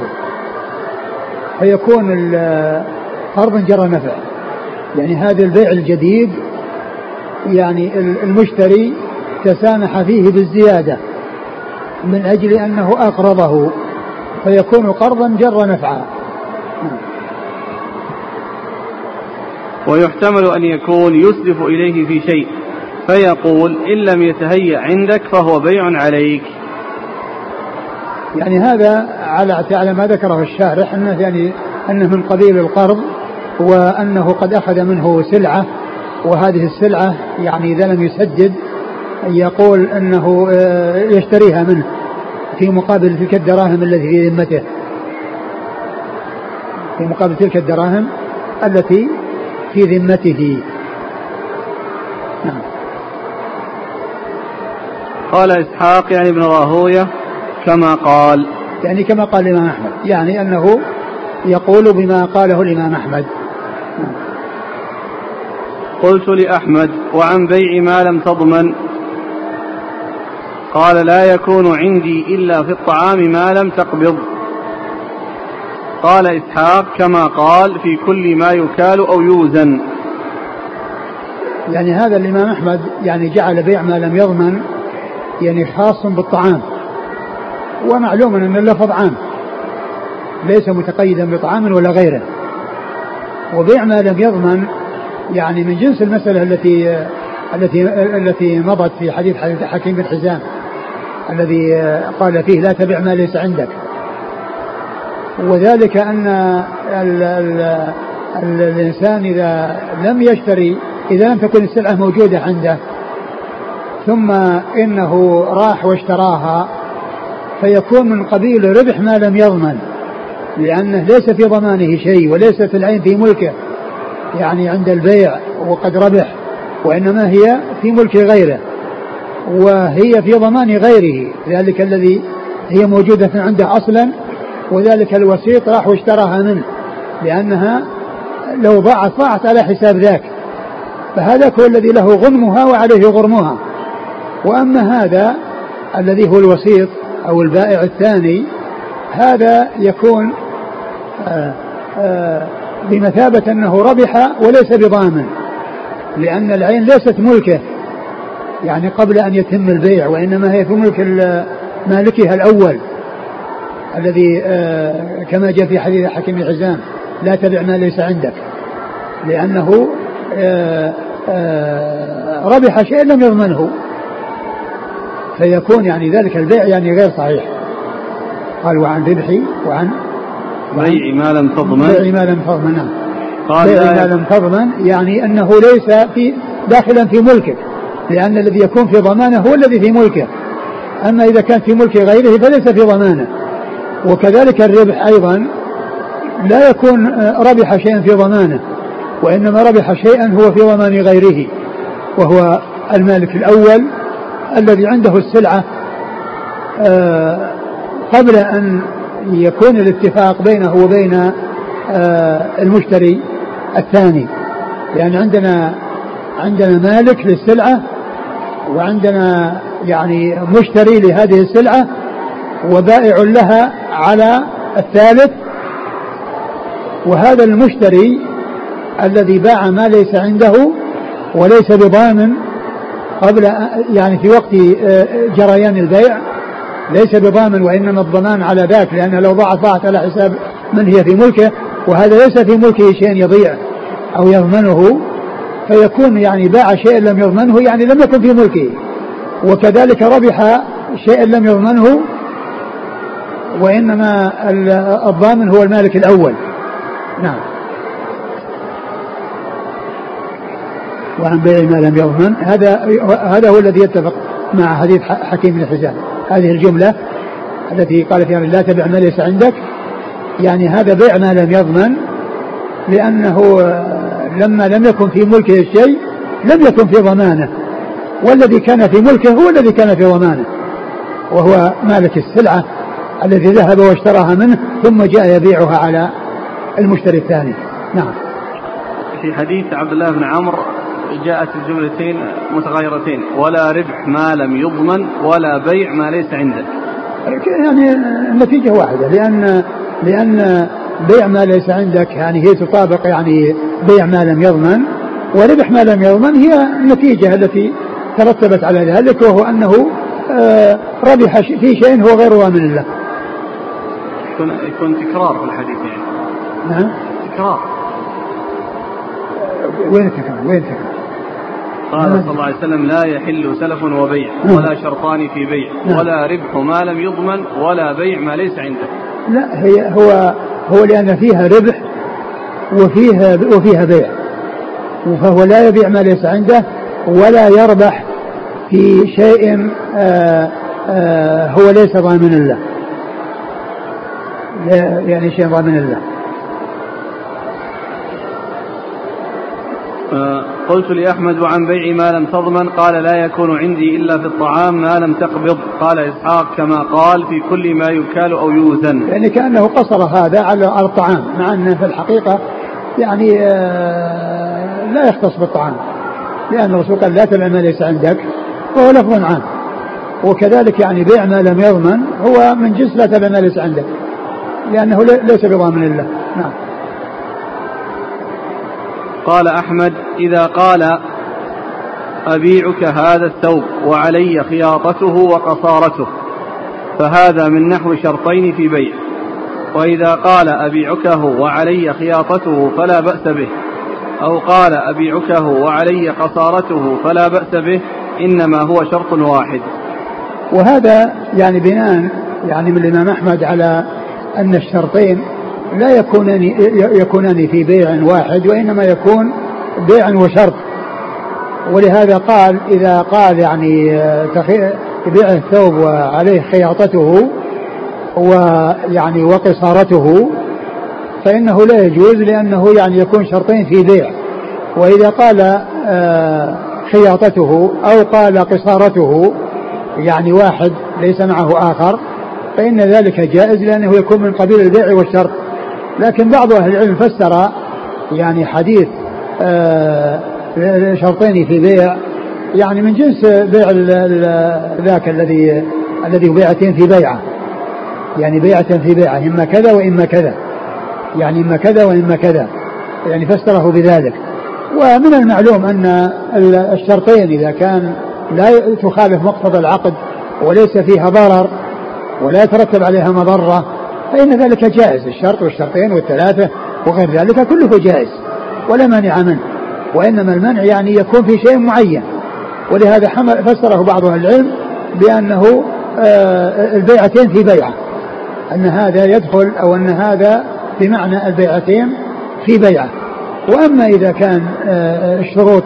فيكون قرض جرى نفع. يعني هذا البيع الجديد يعني المشتري تسامح فيه بالزيادة من أجل أنه أقرضه فيكون قرضا جرى نفعا. ويحتمل أن يكون يسلف إليه في شيء فيقول إن لم يتهيأ عندك فهو بيع عليك. يعني هذا على على ما ذكره الشارح أنه يعني أنه من قبيل القرض، وأنه قد أخذ منه سلعة وهذه السلعة يعني إذا لم يسدد يقول أنه يشتريها منه في مقابل تلك الدراهم التي في ذمته، في مقابل تلك الدراهم التي في ذمته. نعم. قال إسحاق يعني ابن راهوية كما قال، يعني كما قال الإمام أحمد، يعني أنه يقول بما قاله الإمام أحمد. نعم. قلت لأحمد وعن بيع ما لم تضمن؟ قال لا يكون عندي إلا في الطعام ما لم تقبض. قال إسحاق كما قال في كل ما يكال أو يوزن. يعني هذا الإمام أحمد يعني جعل بيع ما لم يضمن يعني خاص بالطعام، ومعلوم أن اللفظ عام ليس متقيدا بطعام ولا غيره. وبيع ما لم يضمن يعني من جنس المسألة التي التي التي مضت في حديث حكيم بن حزام الذي قال فيه لا تبع ما ليس عندك، وذلك أن ال ال ال الإنسان إذا لم يشتري، إذا لم تكن السلعة موجودة عنده ثم إنه راح واشتراها فيكون من قبيل ربح ما لم يضمن، لأنه ليس في ضمانه شيء وليست العين في ملكه يعني عند البيع وقد ربح، وإنما هي في ملك غيره وهي في ضمان غيره، ذلك الذي هي موجودة عنده أصلا، وذلك الوسيط راح واشتراها منه لأنها لو ضاعت ضاعت على حساب ذاك، فهذا هو الذي له غنمها وعليه غرمها. وأما هذا الذي هو الوسيط أو البائع الثاني هذا يكون آآ آآ بمثابة أنه ربح وليس بضامن، لأن العين ليست ملكه يعني قبل أن يتم البيع، وإنما هي في ملك مالكها الأول الذي آه كما جاء في حديث حكيم بن حزام لا تبع ما ليس عندك، لأنه آه آه ربح شيء لم يضمنه، فيكون يعني ذلك البيع يعني غير صحيح. قال وعن ربحي وعن بيع ما لم تضمن بيع ما لم تضمن قال بيع ما لم تضمن يعني أنه ليس في داخلا في ملكك، لأن الذي يكون في ضمانه هو الذي في ملكه، أما إذا كان في ملك غيره فليس في ضمانه. وكذلك الربح أيضا لا يكون ربح شيئا في ضمانه، وإنما ربح شيئا هو في ضمان غيره، وهو المالك الأول الذي عنده السلعة قبل أن يكون الاتفاق بينه وبين المشتري الثاني. لأن عندنا عندنا مالك للسلعة، وعندنا يعني مشتري لهذه السلعة، وبائع لها على الثالث. وهذا المشتري الذي باع ما ليس عنده وليس بضامن قبل يعني في وقت جريان البيع ليس بضامن، وإنما الضمان على ذاك، لأنه لو ضاعت ضاعت على حساب من هي في ملكه، وهذا ليس في ملكه شيء يضيع أو يضمنه، فيكون يعني باع شيء لم يضمنه يعني لم يكن في ملكه. وكذلك ربح شيء لم يضمنه، وإنما الضامن هو المالك الأول. نعم. وعن بيع ما لم يضمن هذا هذا هو الذي يتفق مع حديث حكيم بن حزام. هذه الجملة التي قال فيها لا تبع ما ليس عندك، يعني هذا بيع ما لم يضمن، لأنه لما لم يكن في ملكه الشيء لم يكن في ضمانه، والذي كان في ملكه هو الذي كان في ضمانه، وهو مالك السلعة الذي ذهب واشتراها منه ثم جاء يبيعها على المشتري الثاني. نعم. في حديث عبد الله بن عمرو جاءت الجملتين متغايرتين، ولا ربح ما لم يضمن ولا بيع ما ليس عنده، يعني النتيجة واحدة، لأن لأن بيع ما ليس عندك يعني هي تطابق يعني بيع ما لم يضمن، وربح ما لم يضمن هي النتيجة التي ترتبت على ذلك، وهو أنه ربح في شيء هو غير ضامن له. يكون يكون تكرار في الحديث يعني. نعم. تكرار. وين تكرار؟ وين تكرار؟ قال صلى الله عليه وسلم لا يحل سلف وبيع ولا شرطان في بيع ولا ربح ما لم يضمن ولا بيع ما ليس عنده. لا هي هو هو لأن فيها ربح وفيها وفيها بيع، فهو لا يبيع ما ليس عنده ولا يربح في شيء آآ آآ هو ليس ضامن له، يعني شيء ضامن له. قلت لأحمد وعن بيع ما لم تضمن؟ قال لا يكون عندي إلا في الطعام ما لم تقبض. قال إسحاق كما قال في كل ما يكال أو يوزن، يعني كأنه قصر هذا على الطعام، مع أنه في الحقيقة يعني لا يختص بالطعام، لأن الرسول قال لا تبع ما ليس عندك، وهو لفظ عام. وكذلك يعني بيع ما لم يضمن هو من جنس لا تبع ما ليس عندك، لأنه ليس بضامن له. نعم. قال أحمد إذا قال أبيعك هذا الثوب وعلي خياطته وقصارته فهذا من نحو شرطين في بيع، وإذا قال أبيعكه وعلي خياطته فلا بأس به، أو قال أبيعكه وعلي قصارته فلا بأس به، إنما هو شرط واحد. وهذا يعني بناء يعني من الإمام أحمد على أن الشرطين لا يكونان يكونان في بيع واحد، وإنما يكون بيع وشرط. ولهذا قال إذا قال يعني بيع الثوب وعليه خياطته ويعني وقصارته فإنه لا يجوز، لأنه يعني يكون شرطين في بيع. وإذا قال خياطته أو قال قصارته يعني واحد ليس معه آخر فإن ذلك جائز، لأنه يكون من قبيل البيع والشرط. لكن بعض أهل العلم فسر يعني حديث شرطين في بيع يعني من جنس بيع ذاك الذي الذي بيعتين في بيعة، يعني بيعة في بيعة إما كذا وإما كذا، يعني إما كذا وإما كذا، يعني فسره بذلك. ومن المعلوم أن الشرطين إذا كان لا تخالف مقتضى العقد وليس فيها ضرر ولا يترتب عليها مضرة فإن ذلك جائز. الشرط والشرطين والثلاثة وغير ذلك كله جائز ولا مانع منه، وإنما المنع يعني يكون في شيء معين. ولهذا فسره بعض أهل العلم بأنه البيعتين في بيعة، أن هذا يدخل أو أن هذا بمعنى البيعتين في بيعة. وأما إذا كان الشروط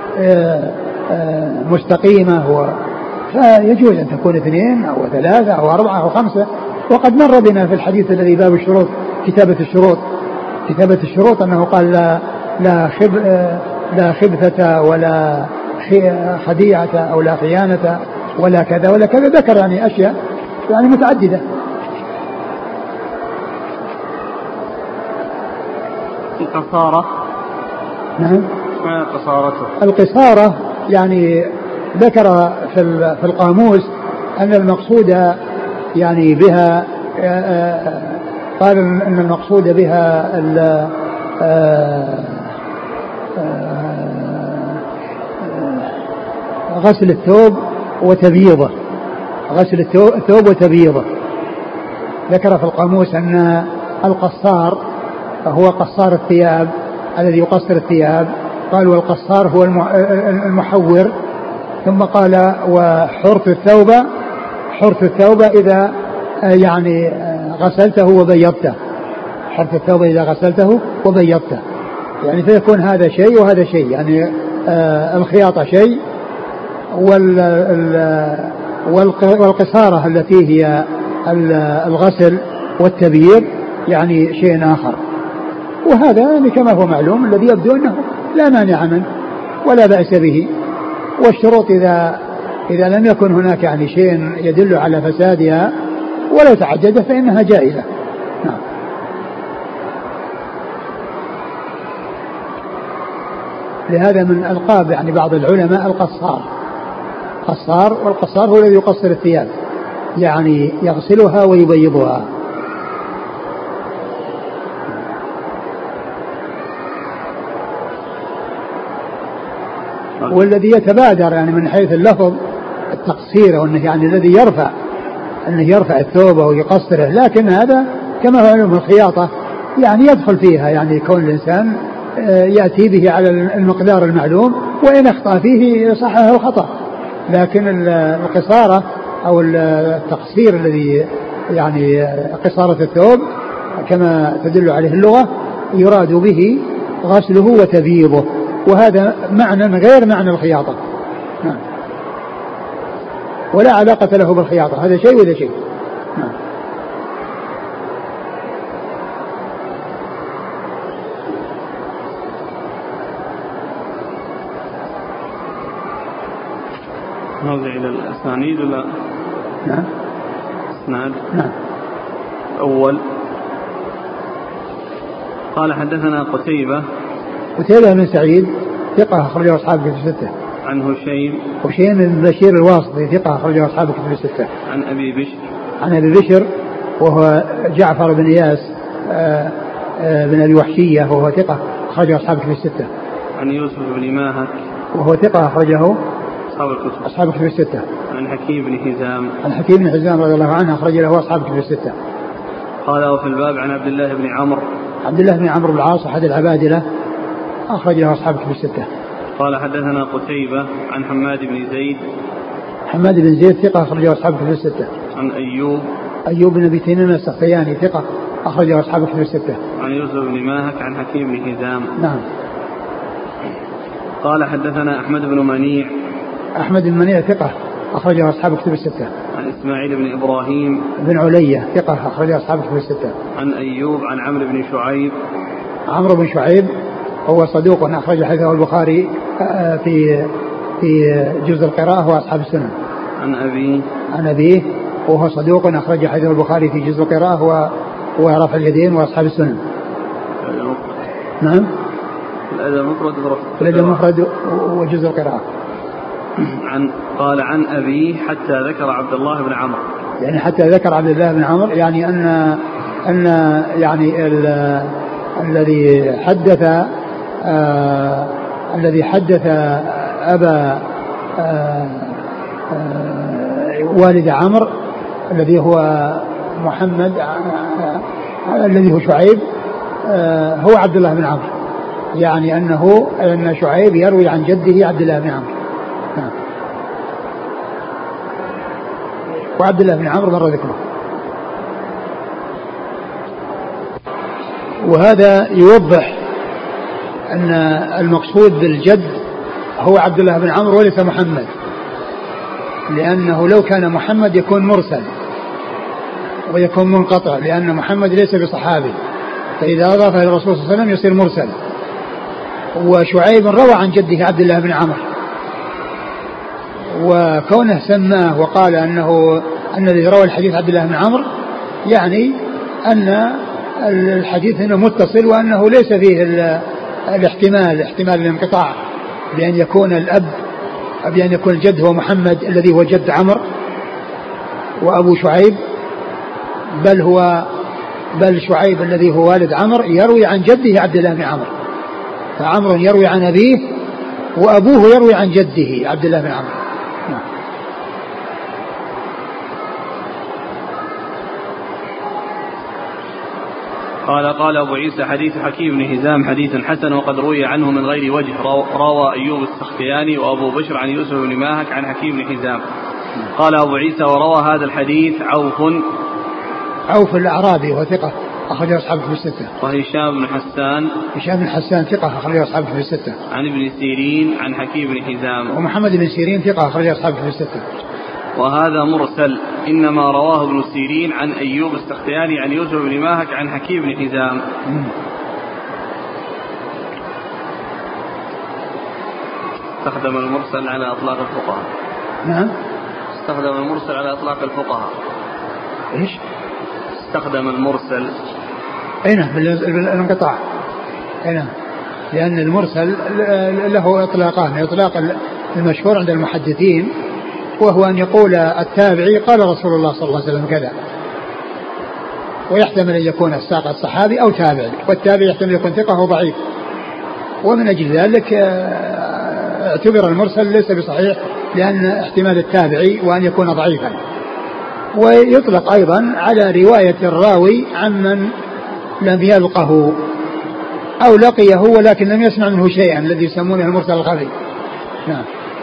مستقيمة فيجوز أن تكون اثنين أو ثلاثة أو أربعة أو خمسة. وقد مر بنا في الحديث الذي باب الشروط كتابة الشروط كتابة الشروط أنه قال لا لا, خب لا خبثة ولا خديعة أو لا خيانة ولا كذا ولا كذا، ذكر يعني أشياء يعني متعددة. القصارة نعم ما قصارته؟ القصارة يعني ذكر في في القاموس أن المقصود يعني بها قال أن المقصود بها غسل الثوب وتبييضه غسل الثوب وتبييضه. ذكر في القاموس أن القصار هو قصار الثياب الذي يقصر الثياب، قال والقصار هو المحور. ثم قال وحرث الثوب حرث الثوب إذا يعني غسلته وبيضته حرث الثوب إذا غسلته وبيضته، يعني فيكون هذا شيء وهذا شيء، يعني آه الخياطة شيء والقصارة التي هي الغسل والتبييض يعني شيء آخر. وهذا يعني كما هو معلوم الذي يبدو أنه لا مانع منه ولا بأس به. والشروط إذا إذا لم يكن هناك يعني شيء يدل على فسادها ولا تعدد فإنها جائزة. نعم. لهذا من ألقاب يعني بعض العلماء القصار قصار والقصار هو الذي يقصر الثياب يعني يغسلها ويبيضها. والذي يتبادر يعني من حيث اللفظ التقصير وانه يعني الذي يرفع انه يرفع الثوب ويقصره، لكن هذا كما هو علم الخياطة يعني يدخل فيها، يعني كون الإنسان يأتي به على المقدار المعلوم وإن أخطأ فيه صحه خطأ. لكن القصارة أو التقصير الذي يعني قصارة الثوب كما تدل عليه اللغة يراد به غسله وتبييضه، وهذا معنى غير معنى الخياطة. نعم. ولا علاقة له بالخياطة، هذا شيء وهذا شيء. نعم. نرجع إلى الأسانيد ولا؟ نعم. اسناد. نعم. أول قال حدثنا قتيبة قتيبة بن سعيد ثقة أخرجه أصحاب كتب الستة. عن هشيم هشيم بن بشير الواسطي ثقة أخرجه أصحاب كتب الستة. عن أبي بشر عن أبي بشر وهو جعفر بن إياس آآ آآ بن أبي وحشية وهو ثقة أخرجه أصحاب كتب الستة. عن يوسف بن ماهك وهو ثقة أخرجه أصحاب الكتب أصحاب كتب الستة. عن حكيم بن حزام عن حكيم بن حزام رضي الله عنه أخرج له أصحاب كتب الستة. قال وفي الباب عن عبد الله بن عمرو عبد الله بن عمرو بن العاص أحد العبادلة أخرج له أصحاب كتب الستة. قال حدثنا قتيبة عن حماد بن زيد حماد بن زيد ثقة أخرجه أصحاب كتب الستة. عن أيوب أيوب بن أبي تميم السختياني ثقة أخرجه أصحاب كتب الستة. عن يوسف بن ماهك عن حكيم بن حزام. نعم. قال حدثنا أحمد بن منيع أحمد بن منيع ثقة أخرجه أصحاب كتب الستة. عن إسماعيل بن إبراهيم بن علية ثقة أخرجه أصحاب كتب الستة. عن أيوب عن عمرو بن شعيب عمرو بن شعيب هو صدوق أخرج حديثه البخاري في في جزء القراءة وأصحاب السنن. عن أبيه عن أبيه وهو صدوق أخرج حديثه البخاري في جزء القراءة ورفع اليدين وأصحاب السنن. نعم. الأدب المفرد الأدب المفرد وجزء القراءة. عن قال عن أبيه حتى ذكر عبد الله بن عمرو، يعني حتى ذكر عبد الله بن عمرو، يعني أن أن يعني الذي حدث آه الذي حدث أبا آه والد عمرو الذي هو محمد الذي هو شعيب هو عبد الله بن عمرو، يعني أنه أن شعيب يروي عن جده عبد الله بن عمرو، وعبد الله بن عمرو مر ذكره. وهذا يوضح أن المقصود بالجد هو عبد الله بن عمرو وليس محمد، لأنه لو كان محمد يكون مرسل ويكون منقطع، لأن محمد ليس بصحابي، فإذا أضاف إلى الرسول صلى الله عليه وسلم يصير مرسل. وشعيب روى عن جده عبد الله بن عمرو، وكونه سماه وقال أنه أن الذي روى الحديث عبد الله بن عمرو يعني أن الحديث هنا متصل، وأنه ليس فيه الاحتمال احتمال الانقطاع بأن يكون الأب بأن يكون الجد هو محمد الذي هو جد عمرو وأبو شعيب، بل هو بل شعيب الذي هو والد عمرو يروي عن جده عبد الله بن عمرو، فعمرو يروي عن أبيه وأبوه يروي عن جده عبد الله بن عمرو. قال قال أبو عيسى حديث حكيم بن حزام حديث حسن، وقد روي عنه من غير وجه. روى أيوب السختياني وأبو بشر عن يوسف بن ماهك عن حكيم بن حزام. قال أبو عيسى وروى هذا الحديث عوف عوف الأعرابي وثقة أخرجه أصحابه في الستة. وهشام بن حسان هشام بن حسان ثقة أخرجه أصحابه في الستة. عن ابن سيرين عن حكيم بن حزام. ومحمد بن سيرين ثقة أخرجه أصحابه في الستة. وهذا مرسل، إنما رواه ابن سيرين عن أيوب السختياني عن يوسف بن ماهك عن حكيم بن حزام. استخدم المرسل على إطلاق الفقهاء. نعم، استخدم المرسل على إطلاق الفقهاء. إيش؟ استخدم المرسل أين بالانقطاع، أين؟ لأن المرسل له إطلاقان، إطلاق المشهور عند المحدثين وهو أن يقول التابعي قال رسول الله صلى الله عليه وسلم كذا، ويحتمل أن يكون الساقط صحابي أو تابعي، والتابعي يحتمل يكون ثقة أو ضعيف، ومن أجل ذلك اعتبر المرسل ليس بصحيح لأن احتمال التابعي وأن يكون ضعيفا. ويطلق أيضا على رواية الراوي عمن لم يلقه أو لقيه ولكن لم يسمع منه شيئا، الذي يسمونه المرسل الخفي. نعم.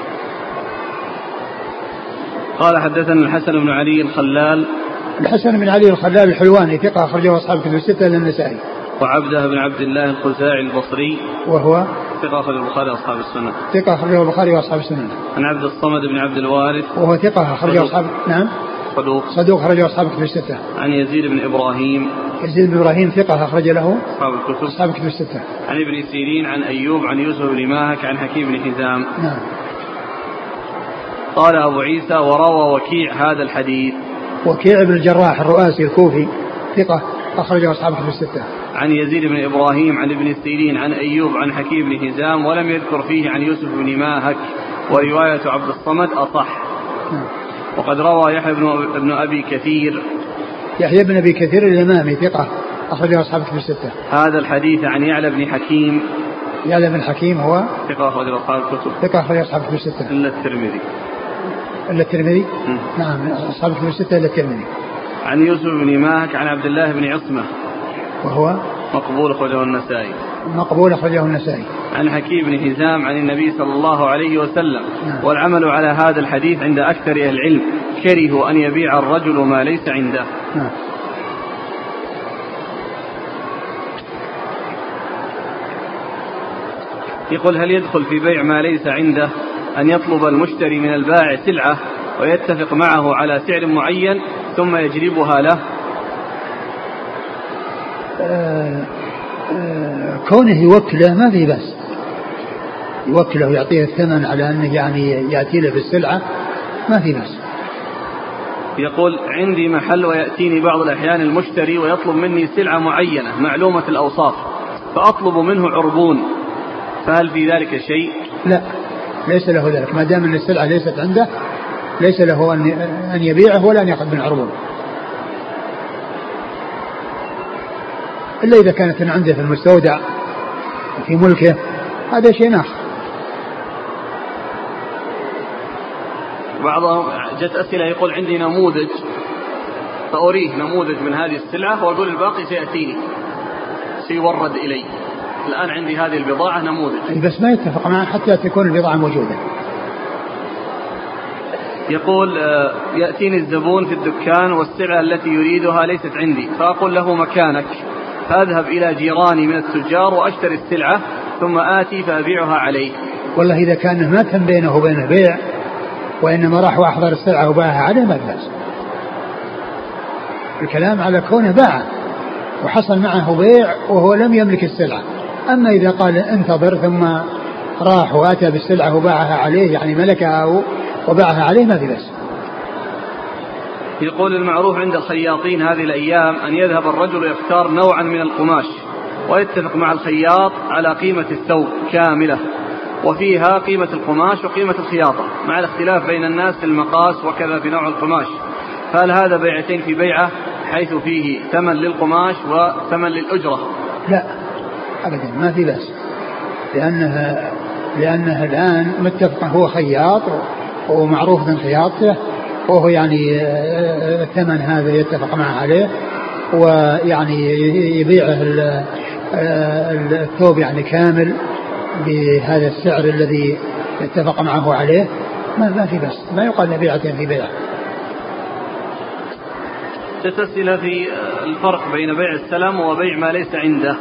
قال حدثنا الحسن بن علي الخلال. الحسن بن علي الخلال الحلواني ثقة أخرجه أصحاب الكتب الستة إلا النسائي. وعبده بن عبد الله الخزاعي البصري وهو ثقة أخرجه البخاري وأصحاب السنن. ثقة أخرجه البخاري وأصحاب السنن. عن عبد الصمد بن عبد الوارث وهو ثقة أخرجه أصحاب نعم صدوق صدوق أخرجه أصحاب الكتب الستة. عن يزيد بن إبراهيم يزيد بن إبراهيم ثقة أخرج له أصحاب الكتب أصحاب الكتب الستة. عن ابن سيرين عن أيوب عن يوسف بن ماهك عن حكيم بن حزام. نعم. قال أبو عيسى وروى وكيع هذا الحديث. وكيع بن الجراح الرؤاسي الكوفي ثقة أخرجه أصحاب الكتب الستة. عن يزيد بن إبراهيم عن ابن سيرين عن أيوب عن حكيم بن حزام، ولم يذكر فيه عن يوسف بن ماهك، ورواية عبد الصمد أصح. نعم. وقد روى يحيى بن أبي كثير يحيى بن أبي كثير الإمامي ثقة أخرجه أصحاب الكتب الستة. هذا الحديث عن يعلى بن حكيم. يعلى بن حكيم هو ثقة أخرجه أصحاب الكتب ثقة أخرجه أصحاب الكتب الستة إلا الترمذي. إلا الترمذي؟ نعم، أصحاب الكتب الستة إلا الترمذي. عن يوسف بن ماهك عن عبد الله بن عصمة وهو مقبول أخرجه النسائي. مقبول أخرجه النسائي. عن حكيم بن حزام عن النبي صلى الله عليه وسلم. نعم. والعمل على هذا الحديث عند أكثر أهل العلم، كرهوا أن يبيع الرجل ما ليس عنده. نعم. يقول هل يدخل في بيع ما ليس عنده أن يطلب المشتري من البائع سلعة ويتفق معه على سعر معين ثم يجلبها له؟ آه آه كونه يوكله ما في بس، يوكله ويعطيه الثمن على أنه يعني يأتي له بالسلعة ما في بس. يقول عندي محل ويأتيني بعض الأحيان المشتري ويطلب مني سلعة معينة معلومة الأوصاف فأطلب منه عربون، فهل في ذلك شيء؟ لا، ليس له ذلك، ما دام أن السلعة ليست عنده ليس له أن يبيعه ولا أن يأخذ من عربون، إلا إذا كانت عنده في المستودع في ملكه هذا شيء آخر. بعضهم جت أسئلة يقول عندي نموذج فأريه نموذج من هذه السلعة وأقول الباقي سيأتيني سيورد إلي. الآن عندي هذه البضاعة نموذج بس ما يتفق معه حتى تكون البضاعة موجودة. يقول يأتيني الزبون في الدكان والسلعة التي يريدها ليست عندي فأقول له مكانك فأذهب إلى جيراني من التجار وأشتري السلعة ثم آتي فأبيعها عليه. والله إذا كان ما كان بينه وبين البيع وإنما راح وأحضر السلعة وباعها عليه ما بأس. الكلام على كونه باع وحصل معه بيع وهو لم يملك السلعة. أما إذا قال انتظر ثم راح وأتى بالسلعة وباعها عليه يعني ملكها وباعها عليه ما في بأس. يقول المعروف عند الخياطين هذه الأيام أن يذهب الرجل يختار نوعا من القماش ويتفق مع الخياط على قيمة الثوب كاملة وفيها قيمة القماش وقيمة الخياطة مع الاختلاف بين الناس في المقاس وكذا في نوع القماش. فهل هذا بيعتين في بيعة حيث فيه ثمن للقماش وثمن للأجرة؟ لا أبدا ما في بأس لأنها لأنها الآن متفق هو خياط ومعروف من خياطته وهو يعني الثمن هذا يتفق معه عليه ويعني يبيعه الثوب يعني كامل بهذا السعر الذي اتفق معه عليه ما في بس ما يقال بيعة في بيعة. تتسل في الفرق بين بيع السلم وبيع ما ليس عنده.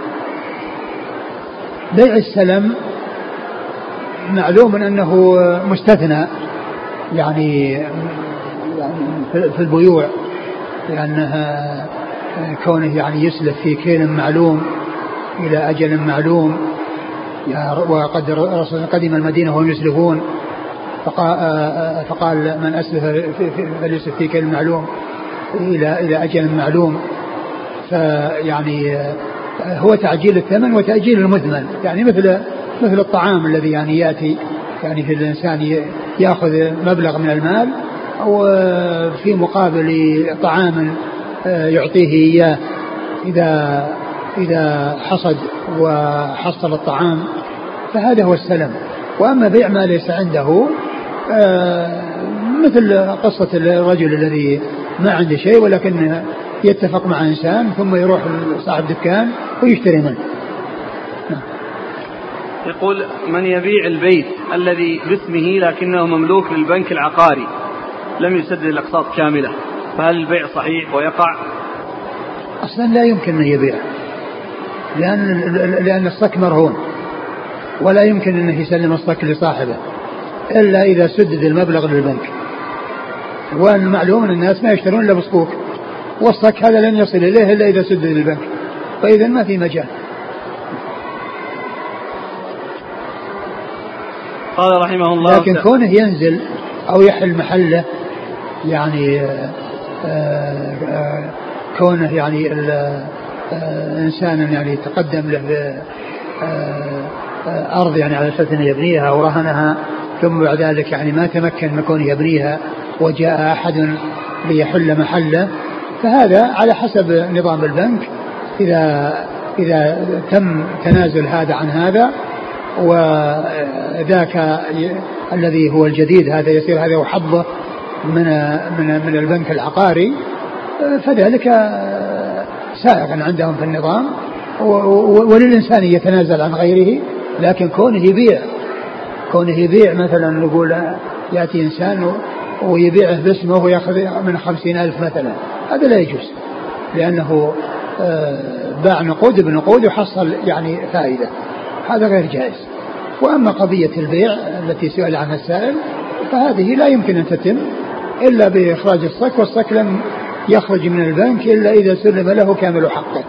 بيع السلم معلوم أنه مستثنى يعني في البيوع لأنها كونه يعني يسلف في كيل معلوم إلى أجل معلوم وقد قدم المدينة وهم يسلفون فقال من أسلف فليسلف في كيل معلوم إلى إلى أجل معلوم. فيعني هو تعجيل الثمن وتأجيل المثمن يعني مثل مثل الطعام الذي يعني يأتي يعني في الإنسان يأخذ مبلغ من المال وفي مقابل طعام يعطيه إياه إذا إذا حصد وحصل الطعام فهذا هو السلم. وأما بيع ما ليس عنده مثل قصة الرجل الذي ما عنده شيء ولكن يتفق مع إنسان ثم يروح صاحب دكان ويشتري منه. يقول من يبيع البيت الذي باسمه لكنه مملوك للبنك العقاري لم يسدد الأقساط كاملة فهل البيع صحيح ويقع؟ أصلا لا يمكن أن يبيع لأن, لأن الصك مرهون ولا يمكن أنه يسلم الصك لصاحبه إلا إذا سدد المبلغ للبنك. والمعلوم أن الناس ما يشترون إلا بصكوك والصك هذا لن يصل إليه إلا إذا سدد للبنك فإذا ما في مجال. قال رحمه الله لكن كونه ينزل أو يحل محله يعني آآ آآ كونه يعني إنسانا يعني تقدم له أرض يعني على أساس أن يبنيها ورهنها ثم بعد ذلك يعني ما تمكن من كونه يبنيها وجاء أحد ليحل محله فهذا على حسب نظام البنك إذا إذا تم تنازل هذا عن هذا وذاك الذي هو الجديد هذا يصير هذا وحظه من من من البنك العقاري فذلك سائغا عندهم في النظام وللإنسان يتنازل عن غيره. لكن كونه يبيع كونه يبيع مثلا نقول يأتي إنسان ويبيعه باسمه ويأخذ من خمسين ألف مثلا هذا لا يجوز لأنه باع نقود بنقود وحصل يعني فائدة هذا غير جائز. وأما قضية البيع التي سئل عنها السائل فهذه لا يمكن أن تتم إلا بإخراج الصك والصك لم يخرج من البنك إلا إذا سلم له كامل حقه.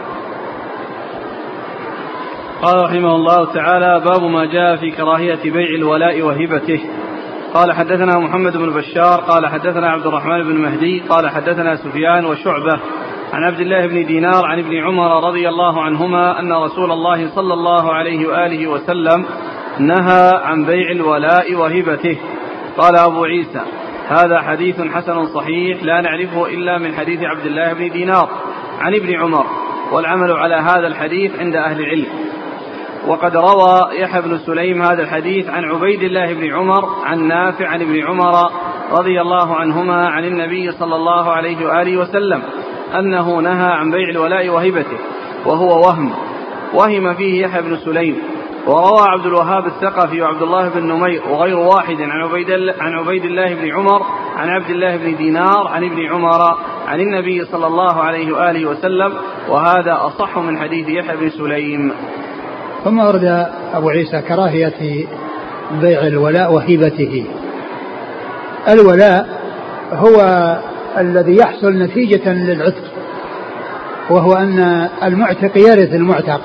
قال رحمه الله تعالى باب ما جاء في كراهية بيع الولاء وهبته. قال حدثنا محمد بن بشار قال حدثنا عبد الرحمن بن مهدي قال حدثنا سفيان وشعبة عن عبد الله بن دينار عن ابن عمر رضي الله عنهما أن رسول الله صلى الله عليه وآله وسلم نهى عن بيع الولاء وهبته. قال أبو عيسى هذا حديث حسن صحيح لا نعرفه إلا من حديث عبد الله بن دينار عن ابن عمر والعمل على هذا الحديث عند أهل العلم. وقد روى يحيى بن سليم هذا الحديث عن عبيد الله بن عمر عن نافع عن ابن عمر رضي الله عنهما عن النبي صلى الله عليه وآله وسلم أنه نهى عن بيع الولاء وهبته وهو وهم وهم فيه يحيى بن سليم. وروى عبد الوهاب الثقفي وعبد الله بن نمير وغير واحد عن عبيد, عن عبيد الله بن عمر عن عبد الله بن دينار عن ابن عمر عن النبي صلى الله عليه وآله وسلم، وهذا أصح من حديث يحيى بن سليم. ثم ورد أبو عيسى كراهية بيع الولاء وهبته. الولاء هو الذي يحصل نتيجة للعتق، وهو أن المعتق يرث المعتق.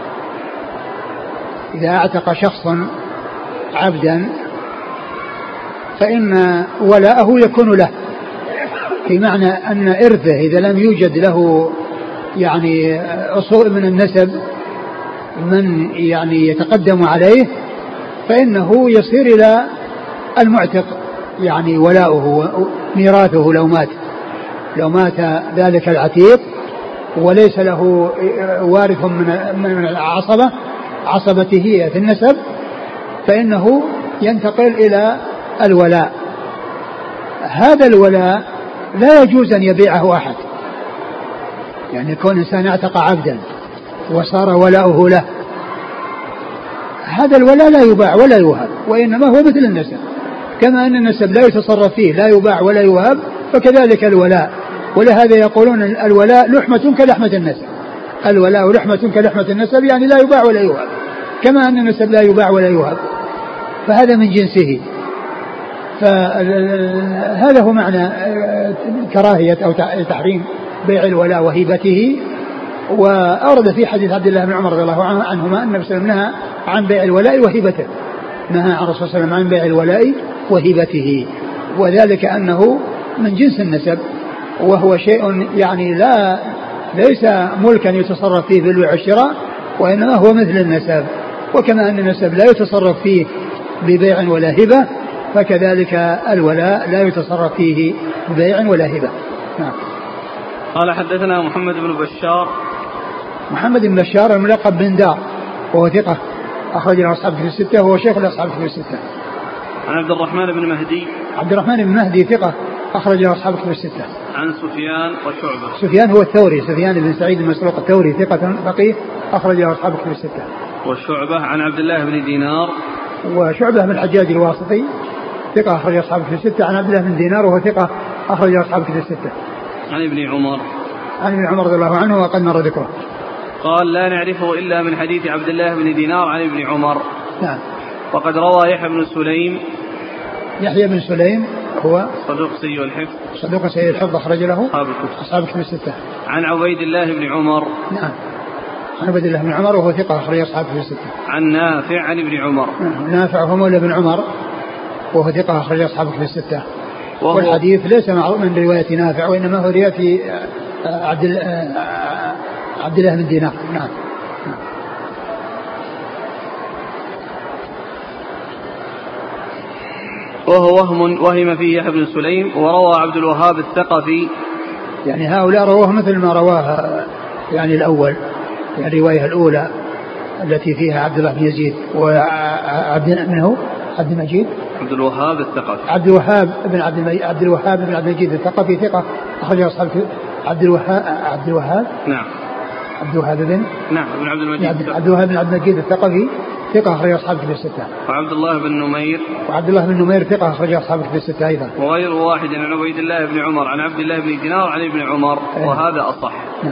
إذا اعتق شخص عبدا فإن ولاءه يكون له، في معنى أن إرثه إذا لم يوجد له يعني أصول من النسب من يعني يتقدم عليه فإنه يصير إلى المعتق يعني ولاؤه ميراثه لو مات لو مات ذلك العتيق وليس له وارث من العصبة عصبته في النسب، فإنه ينتقل إلى الولاء. هذا الولاء لا يجوز أن يبيعه أحد، يعني كون إنسان اعتق عبدا وصار ولاؤه له، هذا الولاء لا يباع ولا يوهب، وإنما هو مثل النسب، كما أن النسب لا يتصرف فيه لا يباع ولا يوهب، فكذلك الولاء. ولهذا يقولون الولاء لحمة كلحمة النسب، الولاء لحمة كلحمة النسب، يعني لا يباع ولا يوهب، كما أن النسب لا يباع ولا يوهب، فهذا من جنسه. فهذا هو معنى كراهية أو تحريم بيع الولاء وهبته. وأورد في حديث عبد الله بن عمر رضي الله عنهما أن النبي صلى الله عليه وسلم نهى عن بيع الولاء وهبته، نهى عن الرسول صلى الله عليه وسلم عن بيع الولاء وهبته، وذلك أنه من جنس النسب، وهو شيء يعني لا ليس ملكا يتصرف فيه بالبيع والشراء، وإنما هو مثل النسب. وكما أن النسب لا يتصرف فيه ببيع ولا هبة، فكذلك الولاء لا يتصرف فيه ببيع ولا هبة. نعم. قال حدثنا محمد بن بشار. محمد بن بشار الملقب بن دار وهو ثقة أخرج له أصحاب الكتب الستة وهو شيخ لأصحاب الكتب الستة. عن عبد الرحمن بن مهدي. عبد الرحمن بن مهدي ثقة أخرج له أصحاب الكتب الستة. عن سفيان وشعبة. سفيان هو الثوري، سفيان بن سعيد المسروق الثوري ثقة فقيه أخرج له أصحاب الكتب الستة. وشعبة عن عبد الله بن دينار. وشعبة بن الحجاج الواسطي ثقة أخرج أصحاب الكتب الستة. عن عبد الله بن دينار وهو ثقة أخرج أصحاب الكتب الستة. عن ابن عمر. عن ابن عمر رضي الله عنه وقد مر ذكره. قال لا نعرفه إلا من حديث عبد الله بن دينار عن ابن عمر. نعم. وقد روى يحيى بن سليم. يحيى بن سليم هو صدوق سيء الحفظ. صدوق سيء الحفظ أخرج له أصحاب الكتب الستة. عن عبيد الله بن عمر. نعم. عن عبيد الله بن عمر وهو ثقة أخرج أصحاب الكتب الستة. عن نافع عن ابن عمر. نعم. نافع هو مولى بن عمر وهو ثقة أخرج أصحاب الكتب الستة. والحديث ليس من رواية نافع، وإنما هو رواية عبد عبد الله بن دينار. نعم. وهو وهم وهم فيه يحيى بن سليم. وروى عبد الوهاب الثقفي. يعني هؤلاء رواه مثل ما رواه يعني الأول، يعني الرواية الأولى التي فيها عبد الله بن يزيد وعبد منه عبد المجيد عبد الوهاب الثقفي. عبد الوهاب بن عبد المجيد عبد الوهاب بن عبد المجيد الثقفي ثقة أخرج أصحاب عبد الوهاب عبد الوهاب نعم عبد الوهاب بن نعم بن عبد المجيد عبد الوهاب بن عبد المجيد الثقفي ثقة أخرج أصحاب الكتب الستة. وعبد الله بن نمير. وعبد الله بن نمير ثقة أخرج أصحاب الكتب الستة أيضا. وغير واحد عن عبيد الله بن عمر عن عبد الله بن دينار عن ابن عمر. أيه. وهذا أصح. نعم.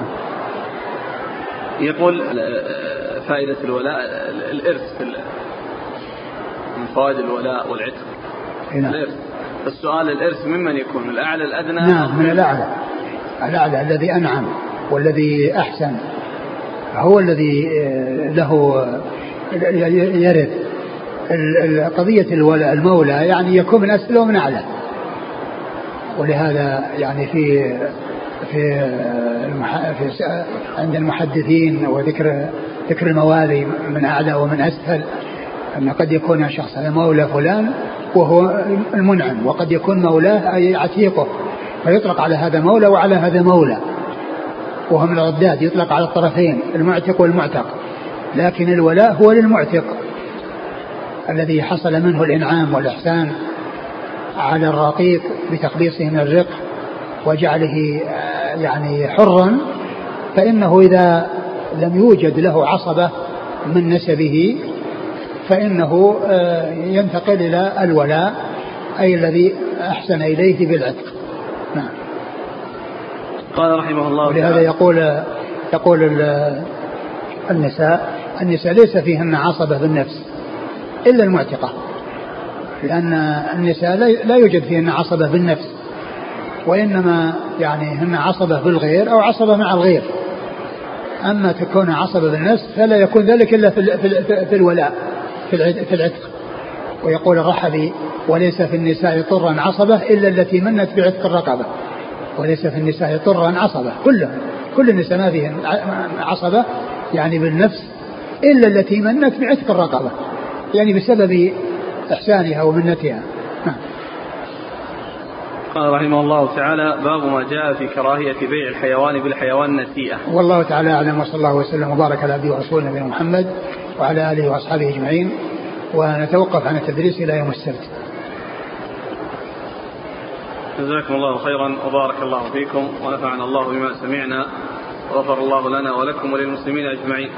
يقول فائدة الولاء الإرث من فوائد الولاء والعتق. نعم. الإرث. السؤال الإرث ممن يكون الأعلى الأدنى؟ نعم من الأعلى، الأعلى الذي أنعم والذي أحسن هو الذي له يرث. قضية الولاء المولى يعني يكون من أسفل ومن أعلى، ولهذا يعني في في, المح... في عند المحدثين وذكر ذكر الموالي من أعلى ومن أسفل، أن قد يكون شخص مولى فلان وهو المنعم، وقد يكون مولاه أي عتيقه فيطلق على هذا مولى وعلى هذا مولى، وهو من الرداد يطلق على الطرفين المعتق والمعتق، لكن الولاء هو للمعتق الذي حصل منه الإنعام والإحسان على الرقيق بتخليصه من الرق وجعله يعني حرا، فإنه إذا لم يوجد له عصبة من نسبه فإنه ينتقل إلى الولاء، أي الذي أحسن إليه بالعتق. نعم. قال رحمه الله تعالى: ولهذا يقول يقول النساء النساء ليس فيهن عصبة بالنفس إلا المعتقة، لأن النساء لا يوجد فيهن عصبة بالنفس، وإنما يعني هن عصبة بالغير أو عصبة مع الغير. أما تكون عصبة بالنفس فلا يكون ذلك إلا في الولاء في العتق. ويقول الرحبي: وليس في النساء طرا عصبة إلا التي منت بعتق الرقبة. وليس في النساء طرا عصبة، كلهم كل النساء ما فيهن عصبة يعني بالنفس إلا التي منت بعتق الرقبة، يعني بسبب إحسانها ومنتها. قال رحمه الله تعالى: باب ما جاء في كراهية بيع الحيوان بالحيوان نسيئة. والله تعالى أعلم، وصلى الله وسلم وبارك على عبده ورسوله نبينا محمد وعلى آله وأصحابه أجمعين، ونتوقف عن التدريس إلى يوم السبت. جزاكم الله خيرا وبارك الله فيكم ونفعنا الله بما سمعنا وغفر الله لنا ولكم وللمسلمين أجمعين.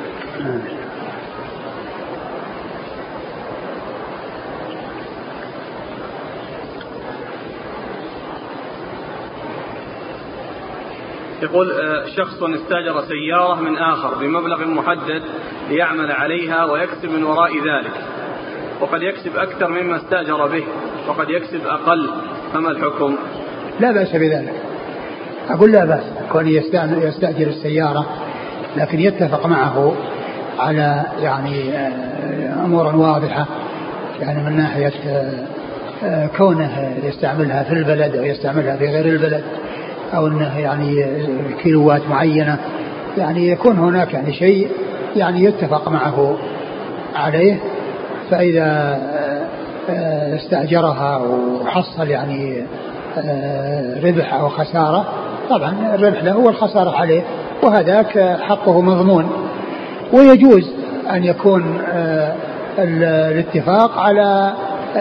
يقول: شخص استاجر سيارة من آخر بمبلغ محدد ليعمل عليها ويكسب من وراء ذلك، وقد يكسب أكثر مما استاجر به وقد يكسب أقل، فما الحكم؟ لا بأس بذلك، أقول لا بأس كون يستأجر السيارة، لكن يتفق معه على يعني أمور واضحة، يعني من ناحية كونه يستعملها في البلد أو يستعملها في غير البلد، أو أنه يعني كيلوات معينة، يعني يكون هناك يعني شيء يعني يتفق معه عليه. فإذا استأجرها وحصل يعني ربح أو خسارة، طبعا الربح له والخسارة عليه، وهذاك حقه مضمون. ويجوز أن يكون الاتفاق على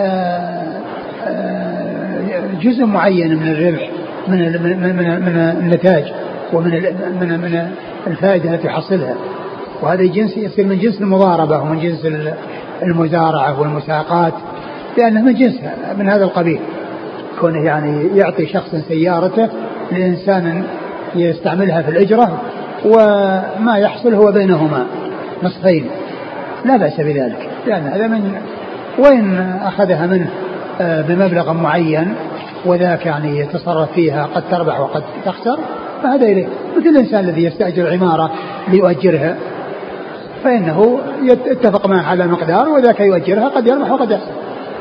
جزء معين من الربح من من من النتاج ومن من من الفائدة التي حصلها، وهذا جنس يصير من جنس المضاربة ومن جنس المزارعة والمساقات، لأنه من جنس من هذا القبيل. كونه يعني يعطي شخص سيارته لإنسان يستعملها في الإجرة، وما يحصل هو بينهما نصفين، لا بأس بذلك، لأن هذا من وإن أخذها منه بمبلغ معين وذاك يعني يتصرف فيها، قد تربح وقد تخسر، فهذا إليه. مثل الإنسان الذي يستأجر عمارة ليؤجرها، فإنه يتفق معه على مقدار، وذاك يؤجرها قد يربح وقد يخسر.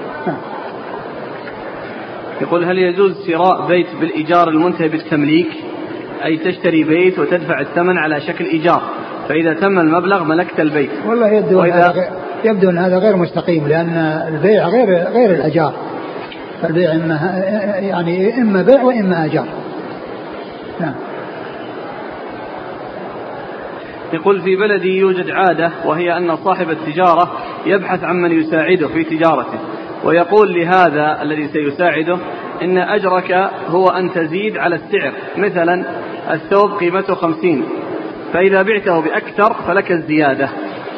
يقول: هل يجوز شراء بيت بالإيجار المنتهي بالتمليك، أي تشتري بيت وتدفع الثمن على شكل إيجار، فإذا تم المبلغ ملكت البيت؟ والله يبدو, وإذا... يبدو أن هذا غير مستقيم، لأن البيع غير غير الأجار. فالبيع إما يعني إما بيع وإما أجار. نعم. يقول: في بلدي يوجد عادة، وهي أن صاحب التجارة يبحث عن من يساعده في تجارته، ويقول لهذا الذي سيساعده: إن أجرك هو أن تزيد على السعر، مثلا الثوب قيمته خمسين، فإذا بعته بأكثر فلك الزيادة.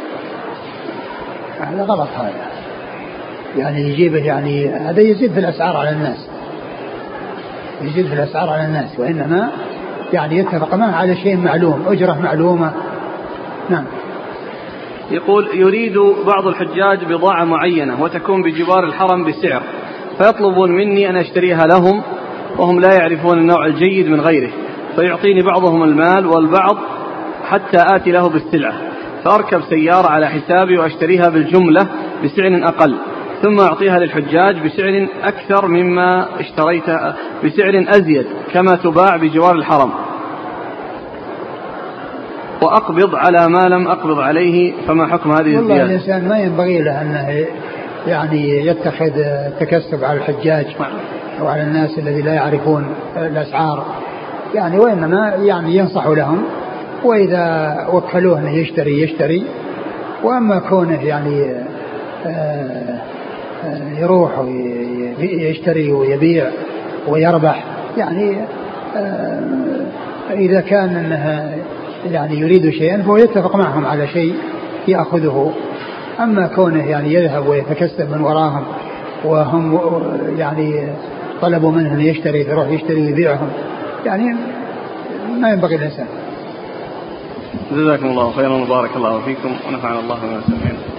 هذا غلط، هذا يعني يجيبه، يعني هذا يزيد في الأسعار على الناس، يزيد في الأسعار على الناس، وإنما يعني يتفق معه على شيء معلوم، أجرة معلومة. نعم. يقول: يريد بعض الحجاج بضاعة معينة وتكون بجوار الحرم بسعر، فيطلبون مني أن أشتريها لهم وهم لا يعرفون النوع الجيد من غيره، فيعطيني بعضهم المال والبعض حتى آتي له بالسلعة، فأركب سيارة على حسابي وأشتريها بالجملة بسعر أقل، ثم أعطيها للحجاج بسعر أكثر مما اشتريتها، بسعر أزيد كما تباع بجوار الحرم، وأقبض على ما لم أقبض عليه، فما حكم هذه الزيادة؟ والله الإنسان ما ينبغي له أنه يعني يتخذ تكسب على الحجاج وعلى الناس الذي لا يعرفون الأسعار، يعني وإنما يعني ينصح لهم، وإذا وكلوه أنه يشتري يشتري، وأما كونه يعني آه يروح ويشتري ويبيع ويربح يعني إذا كان أنها يعني يريد شيئا فهو يتفق معهم على شيء يأخذه. أما كونه يعني يذهب ويتكسب من وراهم وهم يعني طلبوا منه أن يشتري فيروح يشتري ويبيعهم يعني ما ينبغي الإنسان. جزاكم الله خيرا وبارك الله فيكم ونفعنا الله بما سمعنا.